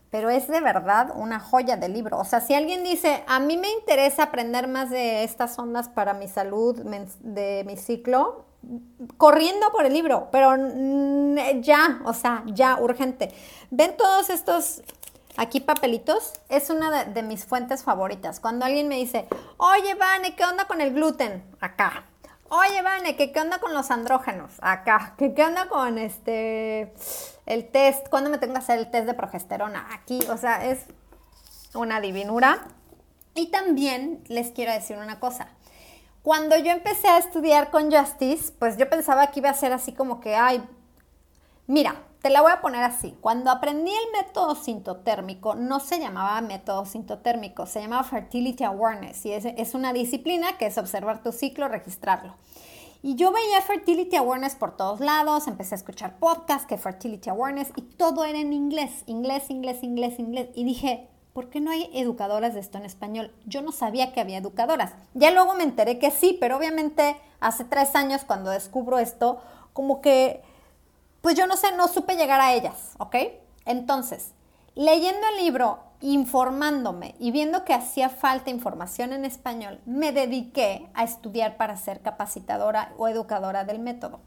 pero es de verdad una joya de libro. O sea, si alguien dice, a mí me interesa aprender más de estas ondas para mi salud, de mi ciclo, corriendo por el libro, pero ya, o sea, ya, urgente. ¿Ven todos estos aquí papelitos? Es una de, de mis fuentes favoritas. Cuando alguien me dice, oye, Vane, ¿qué onda con el gluten? Acá. Oye, Vane, ¿qué, ¿qué onda con los andrógenos? Acá. ¿Qué, ¿Qué onda con este el test? ¿Cuándo me tengo que hacer el test de progesterona? Aquí. O sea, es una divinura. Y también les quiero decir una cosa. Cuando yo empecé a estudiar con Justice, pues yo pensaba que iba a ser así como que, ay, mira, te la voy a poner así. Cuando aprendí el método sintotérmico, no se llamaba método sintotérmico, se llamaba Fertility Awareness. Y es, es una disciplina que es observar tu ciclo, registrarlo. Y yo veía Fertility Awareness por todos lados, empecé a escuchar podcasts que Fertility Awareness y todo era en inglés, inglés, inglés, inglés, inglés. Y dije, ¿por qué no hay educadoras de esto en español? Yo no sabía que había educadoras. Ya luego me enteré que sí, pero obviamente hace tres años cuando descubro esto, como que, pues yo no sé, no supe llegar a ellas, ¿ok? Entonces, leyendo el libro, informándome y viendo que hacía falta información en español, me dediqué a estudiar para ser capacitadora o educadora del método.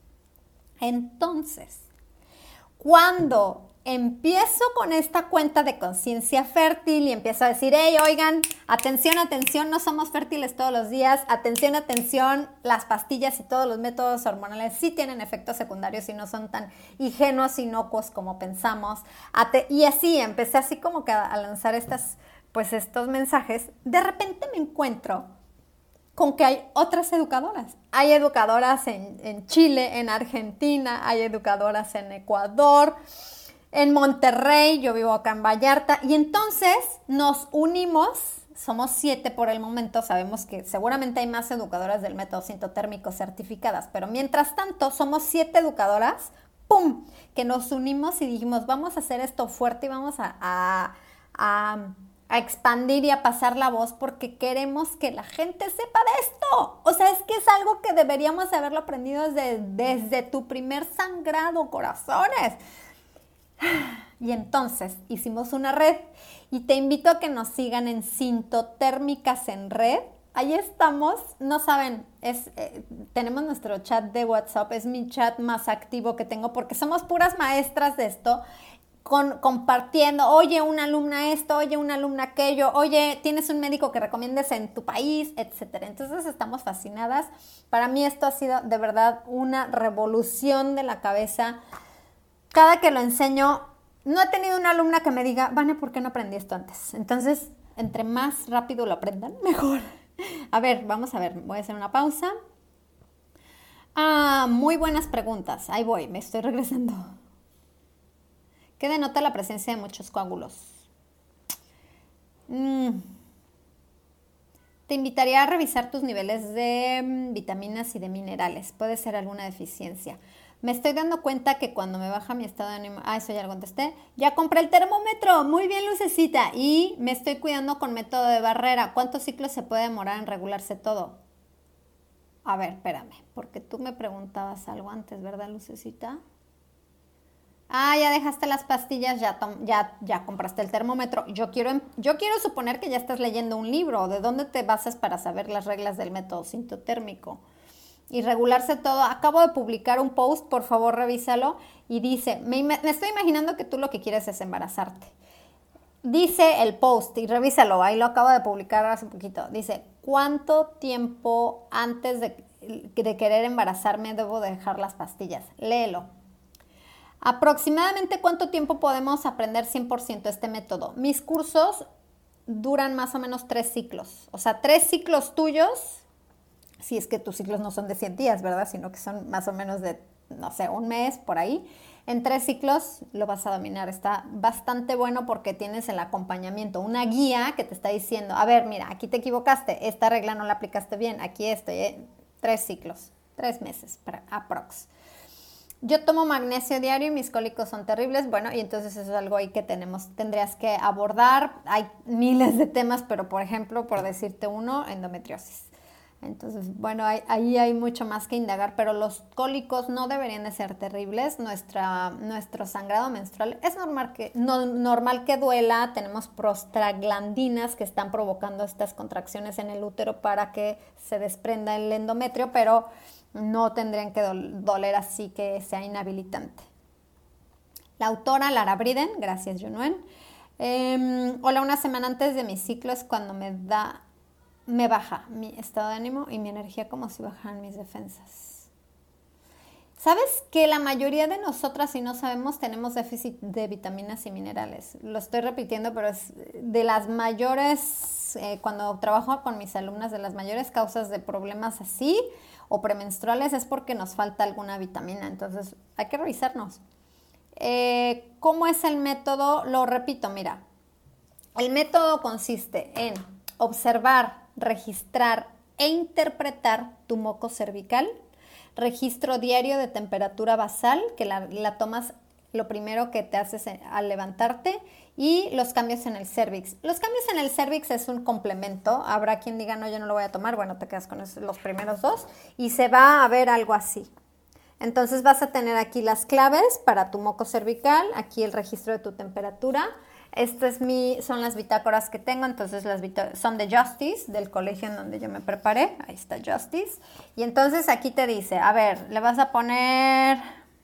Entonces, cuando empiezo con esta cuenta de conciencia fértil y empiezo a decir, hey, oigan, atención, atención, no somos fértiles todos los días, atención, atención, las pastillas y todos los métodos hormonales sí tienen efectos secundarios y no son tan ingenuos, inocuos como pensamos. Y así, empecé así como que a lanzar estas, pues estos mensajes. De repente me encuentro con que hay otras educadoras. Hay educadoras en, en Chile, en Argentina, hay educadoras en Ecuador, en Monterrey, yo vivo acá en Vallarta, y entonces nos unimos, somos siete por el momento, sabemos que seguramente hay más educadoras del método sintotérmico certificadas, pero mientras tanto somos siete educadoras, ¡pum!, que nos unimos y dijimos, vamos a hacer esto fuerte y vamos a, a, a, a expandir y a pasar la voz porque queremos que la gente sepa de esto. O sea, es que es algo que deberíamos haberlo aprendido desde, desde tu primer sangrado, corazones. Y entonces hicimos una red y te invito a que nos sigan en Sintotérmicas en Red. Ahí estamos, no saben, es, eh, tenemos nuestro chat de WhatsApp, es mi chat más activo que tengo porque somos puras maestras de esto, con, compartiendo, oye, una alumna esto, oye, una alumna aquello, oye, tienes un médico que recomiendes en tu país, etcétera. Entonces estamos fascinadas. Para mí esto ha sido de verdad una revolución de la cabeza. Cada que lo enseño, no he tenido una alumna que me diga, Vane, ¿por qué no aprendí esto antes? Entonces, entre más rápido lo aprendan, mejor. A ver, vamos a ver, voy a hacer una pausa. Ah, muy buenas preguntas. Ahí voy, me estoy regresando. ¿Qué denota la presencia de muchos coágulos? Mm. Te invitaría a revisar tus niveles de mm, vitaminas y de minerales. Puede ser alguna deficiencia. Me estoy dando cuenta que cuando me baja mi estado de ánimo... Ah, eso ya lo contesté. Ya compré el termómetro. Muy bien, Lucecita. Y me estoy cuidando con método de barrera. ¿Cuántos ciclos se puede demorar en regularse todo? A ver, espérame. Porque tú me preguntabas algo antes, ¿verdad, Lucecita? Ah, ya dejaste las pastillas, ya, ya, ya compraste el termómetro. Yo quiero, yo quiero suponer que ya estás leyendo un libro. ¿De dónde te basas para saber las reglas del método sintotérmico? Y regularse todo. Acabo de publicar un post, por favor revísalo, y dice, me, me estoy imaginando que tú lo que quieres es embarazarte. Dice el post, y revísalo, ahí lo acabo de publicar hace poquito, dice, ¿cuánto tiempo antes de, de querer embarazarme debo dejar las pastillas? Léelo. Aproximadamente, ¿cuánto tiempo podemos aprender cien por ciento este método? Mis cursos duran más o menos tres ciclos, o sea, tres ciclos tuyos. Si es que tus ciclos no son de cien días, ¿verdad? Sino que son más o menos de, no sé, un mes, por ahí. En tres ciclos lo vas a dominar. Está bastante bueno porque tienes el acompañamiento, una guía que te está diciendo, a ver, mira, aquí te equivocaste, esta regla no la aplicaste bien, aquí estoy, ¿eh? Tres ciclos, tres meses, aprox. Yo tomo magnesio diario y mis cólicos son terribles. Bueno, y entonces eso es algo ahí que tenemos, tendrías que abordar. Hay miles de temas, pero por ejemplo, por decirte uno, endometriosis. Entonces, bueno, hay, ahí hay mucho más que indagar, pero los cólicos no deberían de ser terribles. Nuestra, nuestro sangrado menstrual es normal que, no, normal que duela. Tenemos prostaglandinas que están provocando estas contracciones en el útero para que se desprenda el endometrio, pero no tendrían que doler así que sea inhabilitante. La autora Lara Briden, gracias Junuen. Eh, hola, una semana antes de mi ciclo es cuando me da... me baja mi estado de ánimo y mi energía como si bajaran mis defensas. ¿Sabes que la mayoría de nosotras, si no sabemos, tenemos déficit de vitaminas y minerales? Lo estoy repitiendo, pero es de las mayores, eh, cuando trabajo con mis alumnas, de las mayores causas de problemas así o premenstruales es porque nos falta alguna vitamina. Entonces hay que revisarnos. Eh, ¿Cómo es el método? Lo repito, mira. El método consiste en observar, registrar e interpretar tu moco cervical, registro diario de temperatura basal, que la, la tomas lo primero que te haces al levantarte, y los cambios en el cervix. Los cambios en el cervix es un complemento. Habrá quien diga, no, yo no lo voy a tomar. Bueno, te quedas con los primeros dos y se va a ver algo así. Entonces vas a tener aquí las claves para tu moco cervical, aquí el registro de tu temperatura. Estas es mi, son las bitácoras que tengo, entonces las son de Justice, del colegio en donde yo me preparé. Ahí está Justice. Y entonces aquí te dice, a ver, le vas a poner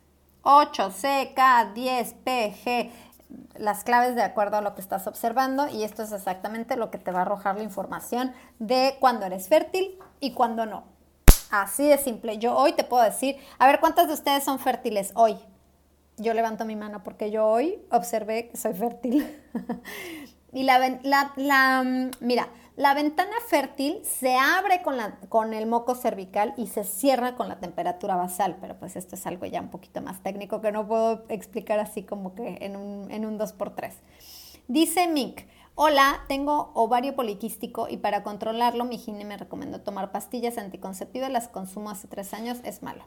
ocho, C, K, diez, P, G, las claves de acuerdo a lo que estás observando, y esto es exactamente lo que te va a arrojar la información de cuándo eres fértil y cuándo no. Así de simple. Yo hoy te puedo decir, a ver, ¿cuántas de ustedes son fértiles hoy? Yo levanto mi mano porque yo hoy observé que soy fértil. Y la, la, la, mira, la ventana fértil se abre con, la, con el moco cervical y se cierra con la temperatura basal, pero pues esto es algo ya un poquito más técnico que no puedo explicar así como que en un, en un dos por tres. Dice Mink, hola, tengo ovario poliquístico y para controlarlo mi gine me recomendó tomar pastillas anticonceptivas, las consumo hace tres años, es malo.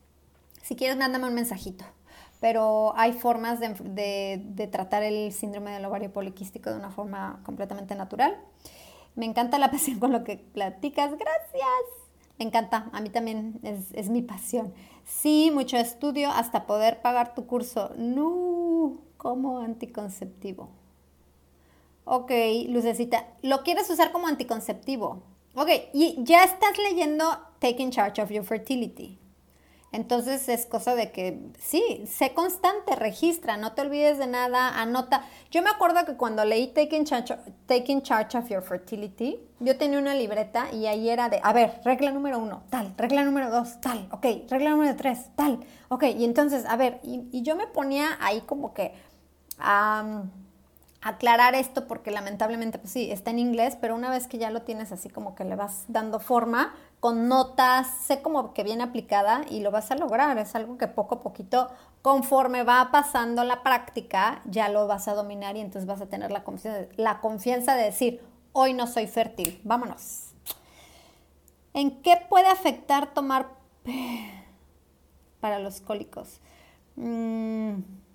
Si quieres, mándame un mensajito. Pero hay formas de, de, de tratar el síndrome del ovario poliquístico de una forma completamente natural. Me encanta la pasión con lo que platicas. Gracias. Me encanta. A mí también es, es mi pasión. Sí, mucho estudio hasta poder pagar tu curso. No, como anticonceptivo. Ok, Lucecita. ¿Lo quieres usar como anticonceptivo? Ok, y ya estás leyendo Taking Charge of Your Fertility. Entonces es cosa de que, sí, sé constante, registra, no te olvides de nada, anota. Yo me acuerdo que cuando leí Taking Charge, Taking Charge of Your Fertility, yo tenía una libreta y ahí era de, a ver, regla número uno, tal, regla número dos, tal, ok, regla número tres, tal, ok. Y entonces, a ver, y, y yo me ponía ahí como que a um, aclarar esto porque lamentablemente, pues sí, está en inglés, pero una vez que ya lo tienes así como que le vas dando forma, con notas, sé como que bien aplicada y lo vas a lograr. Es algo que poco a poquito, conforme va pasando la práctica, ya lo vas a dominar y entonces vas a tener la confianza, la confianza de decir, hoy no soy fértil, vámonos. ¿En qué puede afectar tomar para los cólicos? Mm,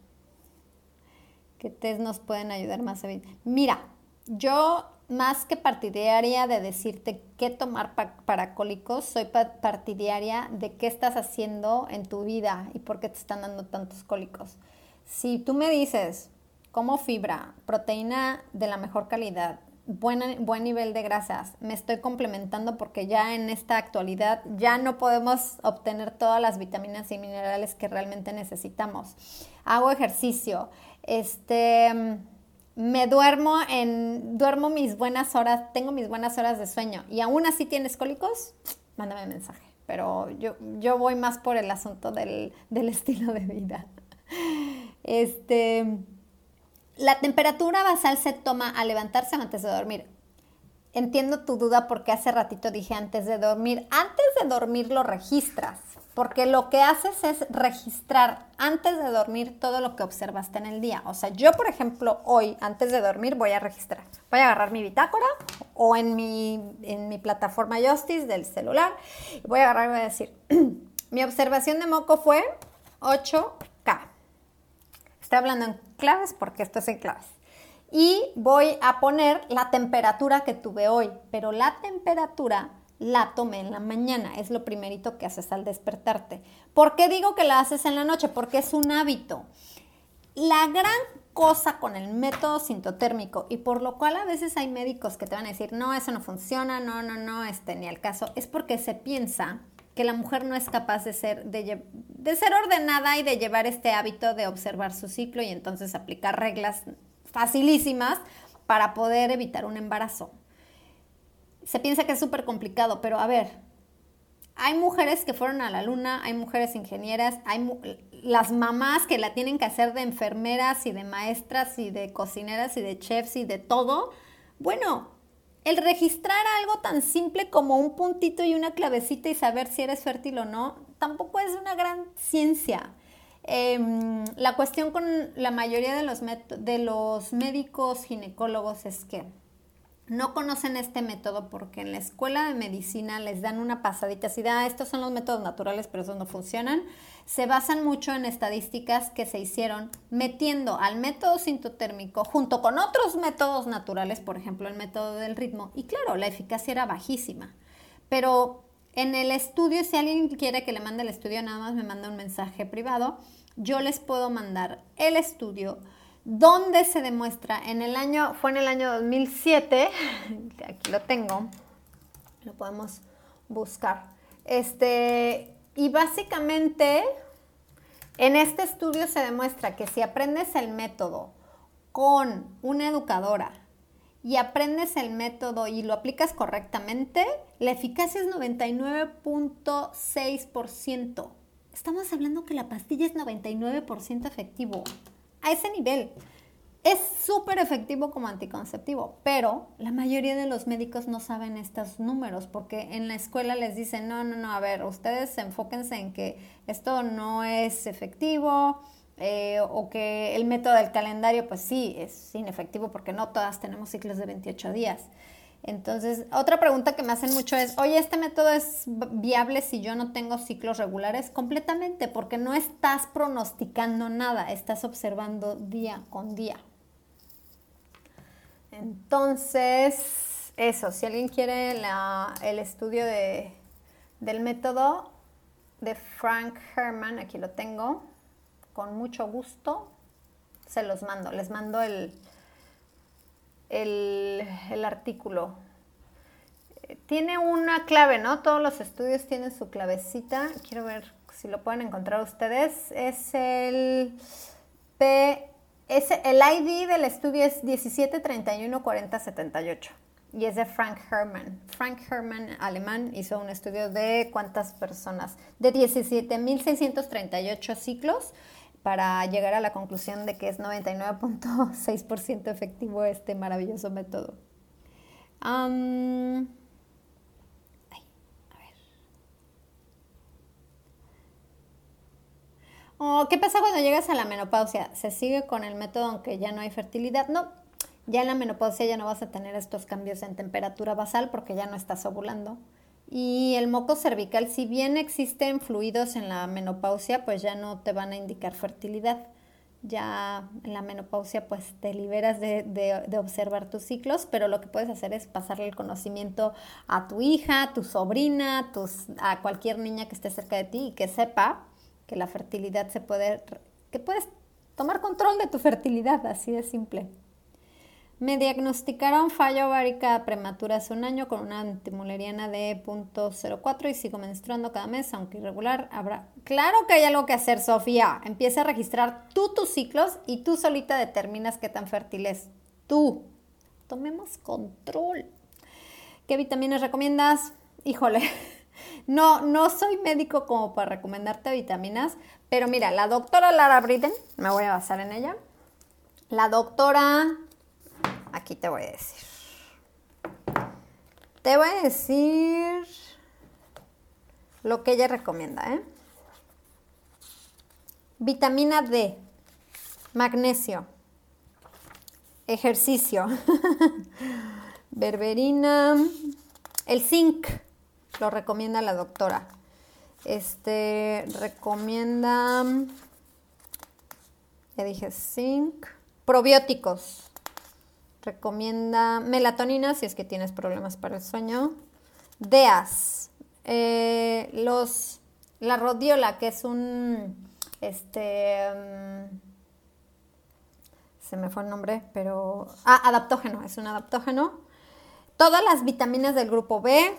¿Qué test nos pueden ayudar más? Mira, yo más que partidaria de decirte qué tomar pa- para cólicos, soy pa- partidaria de qué estás haciendo en tu vida y por qué te están dando tantos cólicos. Si tú me dices, como fibra, proteína de la mejor calidad, buen, buen nivel de grasas, me estoy complementando porque ya en esta actualidad ya no podemos obtener todas las vitaminas y minerales que realmente necesitamos. Hago ejercicio, este... me duermo en, duermo mis buenas horas, tengo mis buenas horas de sueño y aún así tienes cólicos, mándame mensaje. Pero yo, yo voy más por el asunto del, del estilo de vida. Este, la temperatura basal se toma al levantarse o antes de dormir. Entiendo tu duda porque hace ratito dije antes de dormir. Antes de dormir lo registras, porque lo que haces es registrar antes de dormir todo lo que observaste en el día. O sea, yo, por ejemplo, hoy, antes de dormir, voy a registrar. Voy a agarrar mi bitácora o en mi, en mi plataforma Justice del celular. Voy a agarrar y voy a decir, mi observación de moco fue ocho K. Estoy hablando en claves porque esto es en claves. Y voy a poner la temperatura que tuve hoy, pero la temperatura la tomé en la mañana, es lo primerito que haces al despertarte. ¿Por qué digo que la haces en la noche? Porque es un hábito. La gran cosa con el método sintotérmico y por lo cual a veces hay médicos que te van a decir, no, eso no funciona, no, no, no, este, ni al caso, es porque se piensa que la mujer no es capaz de ser, de, de ser ordenada y de llevar este hábito de observar su ciclo y entonces aplicar reglas facilísimas para poder evitar un embarazo. Se piensa que es súper complicado, pero a ver, hay mujeres que fueron a la luna, hay mujeres ingenieras, hay las mamás que la tienen que hacer de enfermeras y de maestras y de cocineras y de chefs y de todo. Bueno, el registrar algo tan simple como un puntito y una clavecita y saber si eres fértil o no, tampoco es una gran ciencia. Eh, la cuestión con la mayoría de los, de los médicos ginecólogos es que no conocen este método porque en la escuela de medicina les dan una pasadita así de, ah, estos son los métodos naturales, pero esos no funcionan. Se basan mucho en estadísticas que se hicieron metiendo al método sintotérmico junto con otros métodos naturales, por ejemplo, el método del ritmo. Y claro, la eficacia era bajísima. Pero en el estudio, si alguien quiere que le mande el estudio, nada más me manda un mensaje privado. Yo les puedo mandar el estudio donde se demuestra en el año, fue en el año dos mil siete, aquí lo tengo, lo podemos buscar, este, y básicamente en este estudio se demuestra que si aprendes el método con una educadora y aprendes el método y lo aplicas correctamente, la eficacia es noventa y nueve punto seis por ciento. Estamos hablando que la pastilla es noventa y nueve por ciento efectivo. A ese nivel. Es súper efectivo como anticonceptivo, pero la mayoría de los médicos no saben estos números porque en la escuela les dicen, no, no, no, a ver, ustedes enfóquense en que esto no es efectivo eh, o que el método del calendario, pues sí, es inefectivo porque no todas tenemos ciclos de veintiocho días. Entonces, otra pregunta que me hacen mucho es, oye, ¿este método es viable si yo no tengo ciclos regulares? Completamente, porque no estás pronosticando nada, estás observando día con día. Entonces, eso, si alguien quiere la, el estudio de, del método de Frank Herman, aquí lo tengo, con mucho gusto, se los mando, les mando el... El, el artículo. Tiene una clave, ¿no? Todos los estudios tienen su clavecita. Quiero ver si lo pueden encontrar ustedes. Es el P, es el I D del estudio es diecisiete treinta y uno cuarenta setenta y ocho y es de Frank Herman. Frank Herman, alemán, hizo un estudio de cuántas personas, de diecisiete mil seiscientos treinta y ocho ciclos, para llegar a la conclusión de que es noventa y nueve punto seis por ciento efectivo este maravilloso método. Um, ay, a ver. Oh, ¿qué pasa cuando llegas a la menopausia? ¿Se sigue con el método aunque ya no hay fertilidad? No, ya en la menopausia ya no vas a tener estos cambios en temperatura basal porque ya no estás ovulando. Y el moco cervical, si bien existen fluidos en la menopausia, pues ya no te van a indicar fertilidad. Ya en la menopausia pues te liberas de, de, de observar tus ciclos, pero lo que puedes hacer es pasarle el conocimiento a tu hija, a tu sobrina, tus, a cualquier niña que esté cerca de ti y que sepa que la fertilidad se puede, que puedes tomar control de tu fertilidad, así de simple. Me diagnosticaron falla ovárica prematura hace un año con una antimuleriana de punto cero cuatro y sigo menstruando cada mes, aunque irregular. Habrá... Claro que hay algo que hacer, Sofía. Empieza a registrar tú tus ciclos y tú solita determinas qué tan fértil es. Tú. Tomemos control. ¿Qué vitaminas recomiendas? Híjole, no, no soy médico como para recomendarte vitaminas, pero mira, la doctora Lara Briden, me voy a basar en ella. La doctora... Aquí te voy a decir. Te voy a decir lo que ella recomienda, ¿eh? Vitamina D, magnesio, ejercicio, berberina, el zinc, lo recomienda la doctora. Este, recomienda, ya dije zinc, probióticos. Recomienda melatonina si es que tienes problemas para el sueño. D A S, eh, los, la rodiola, que es un, este, um, se me fue el nombre, pero, ah, adaptógeno, es un adaptógeno. Todas las vitaminas del grupo B,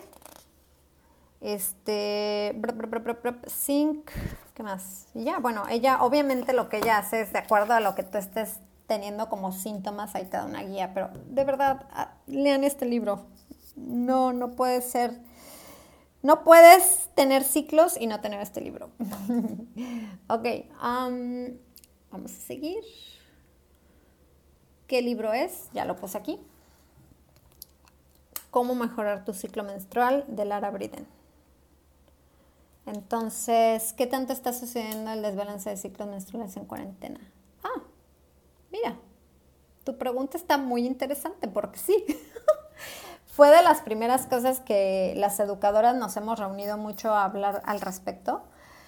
este, br, br, br, br, br, zinc, ¿qué más? Y ya, bueno, ella, obviamente lo que ella hace es de acuerdo a lo que tú estés teniendo como síntomas, ahí te da una guía, pero de verdad, lean este libro. No, no puede ser, no puedes tener ciclos y no tener este libro. Ok, um, vamos a seguir. ¿Qué libro es? Ya lo puse aquí. Cómo mejorar tu ciclo menstrual, de Lara Briden. Entonces, ¿qué tanto está sucediendo el desbalance de ciclos menstruales en cuarentena? Ah, mira, tu pregunta está muy interesante porque sí. Fue de las primeras cosas que las educadoras nos hemos reunido mucho a hablar al respecto.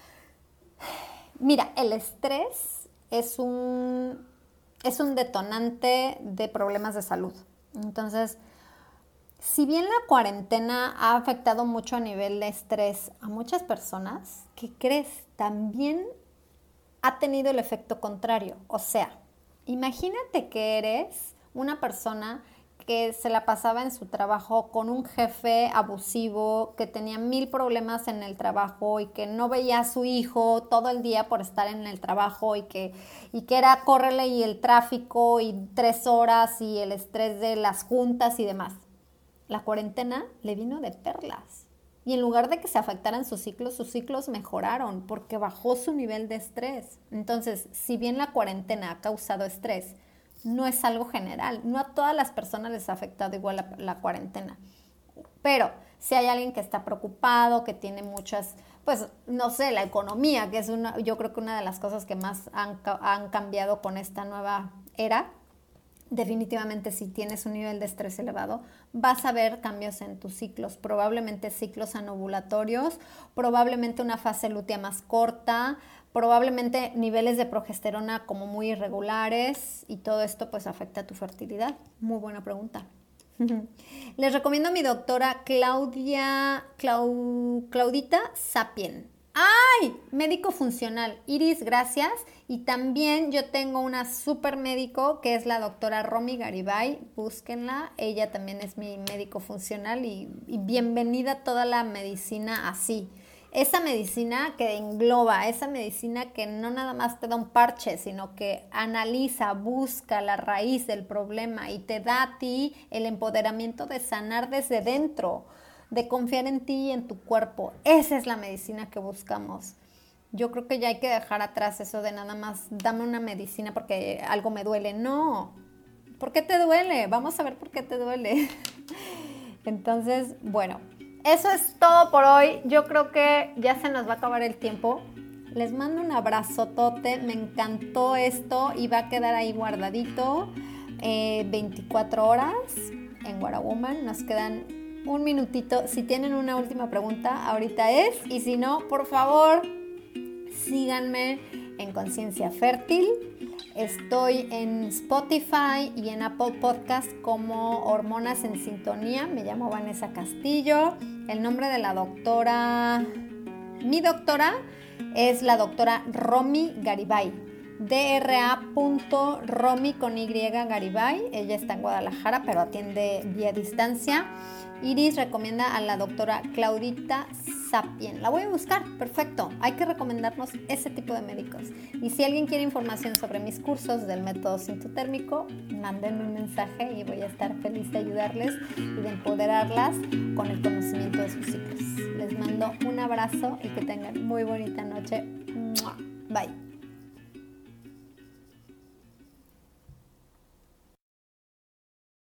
Mira, el estrés es un, es un detonante de problemas de salud. Entonces, si bien la cuarentena ha afectado mucho a nivel de estrés a muchas personas, ¿qué crees? También ha tenido el efecto contrario. O sea, imagínate que eres una persona que se la pasaba en su trabajo con un jefe abusivo, que tenía mil problemas en el trabajo y que no veía a su hijo todo el día por estar en el trabajo y que, y que era córrele y el tráfico y tres horas y el estrés de las juntas y demás. La cuarentena le vino de perlas. Y en lugar de que se afectaran sus ciclos, sus ciclos mejoraron porque bajó su nivel de estrés. Entonces, si bien la cuarentena ha causado estrés, no es algo general. No a todas las personas les ha afectado igual la, la cuarentena. Pero si hay alguien que está preocupado, que tiene muchas, pues no sé, la economía, que es una, yo creo que una de las cosas que más han, han cambiado con esta nueva era, definitivamente si tienes un nivel de estrés elevado, vas a ver cambios en tus ciclos, probablemente ciclos anovulatorios, probablemente una fase lútea más corta, probablemente niveles de progesterona como muy irregulares y todo esto pues afecta a tu fertilidad. Muy buena pregunta. Les recomiendo a mi doctora Claudia, Clau, Claudita Sapien. ¡Ay! Médico funcional. Iris, gracias. Y también yo tengo una super médico que es la doctora Romy Garibay. Búsquenla. Ella también es mi médico funcional y, y bienvenida a toda la medicina así. Esa medicina que engloba, esa medicina que no nada más te da un parche, sino que analiza, busca la raíz del problema y te da a ti el empoderamiento de sanar desde dentro, de confiar en ti y en tu cuerpo. Esa es la medicina que buscamos. Yo creo que ya hay que dejar atrás eso de nada más dame una medicina porque algo me duele. No, ¿por qué te duele? Vamos a ver por qué te duele. Entonces, bueno, eso es todo por hoy. Yo creo que ya se nos va a acabar el tiempo. Les mando un abrazotote. Me encantó esto y va a quedar ahí guardadito eh, veinticuatro horas en What a Woman. Nos quedan un minutito. Si tienen una última pregunta, ahorita es. Y si no, por favor, síganme en Conciencia Fértil. Estoy en Spotify y en Apple Podcast como Hormonas en Sintonía. Me llamo Vanessa Castillo. El nombre de la doctora, mi doctora, es la doctora Romy Garibay. D R A Romy con Y Garibay. Ella está en Guadalajara, pero atiende vía distancia. Iris recomienda a la doctora Claudita Sapien. La voy a buscar, perfecto. Hay que recomendarnos ese tipo de médicos. Y si alguien quiere información sobre mis cursos del método sintotérmico, mándenme un mensaje y voy a estar feliz de ayudarles y de empoderarlas con el conocimiento de sus ciclos. Les mando un abrazo y que tengan muy bonita noche. Bye.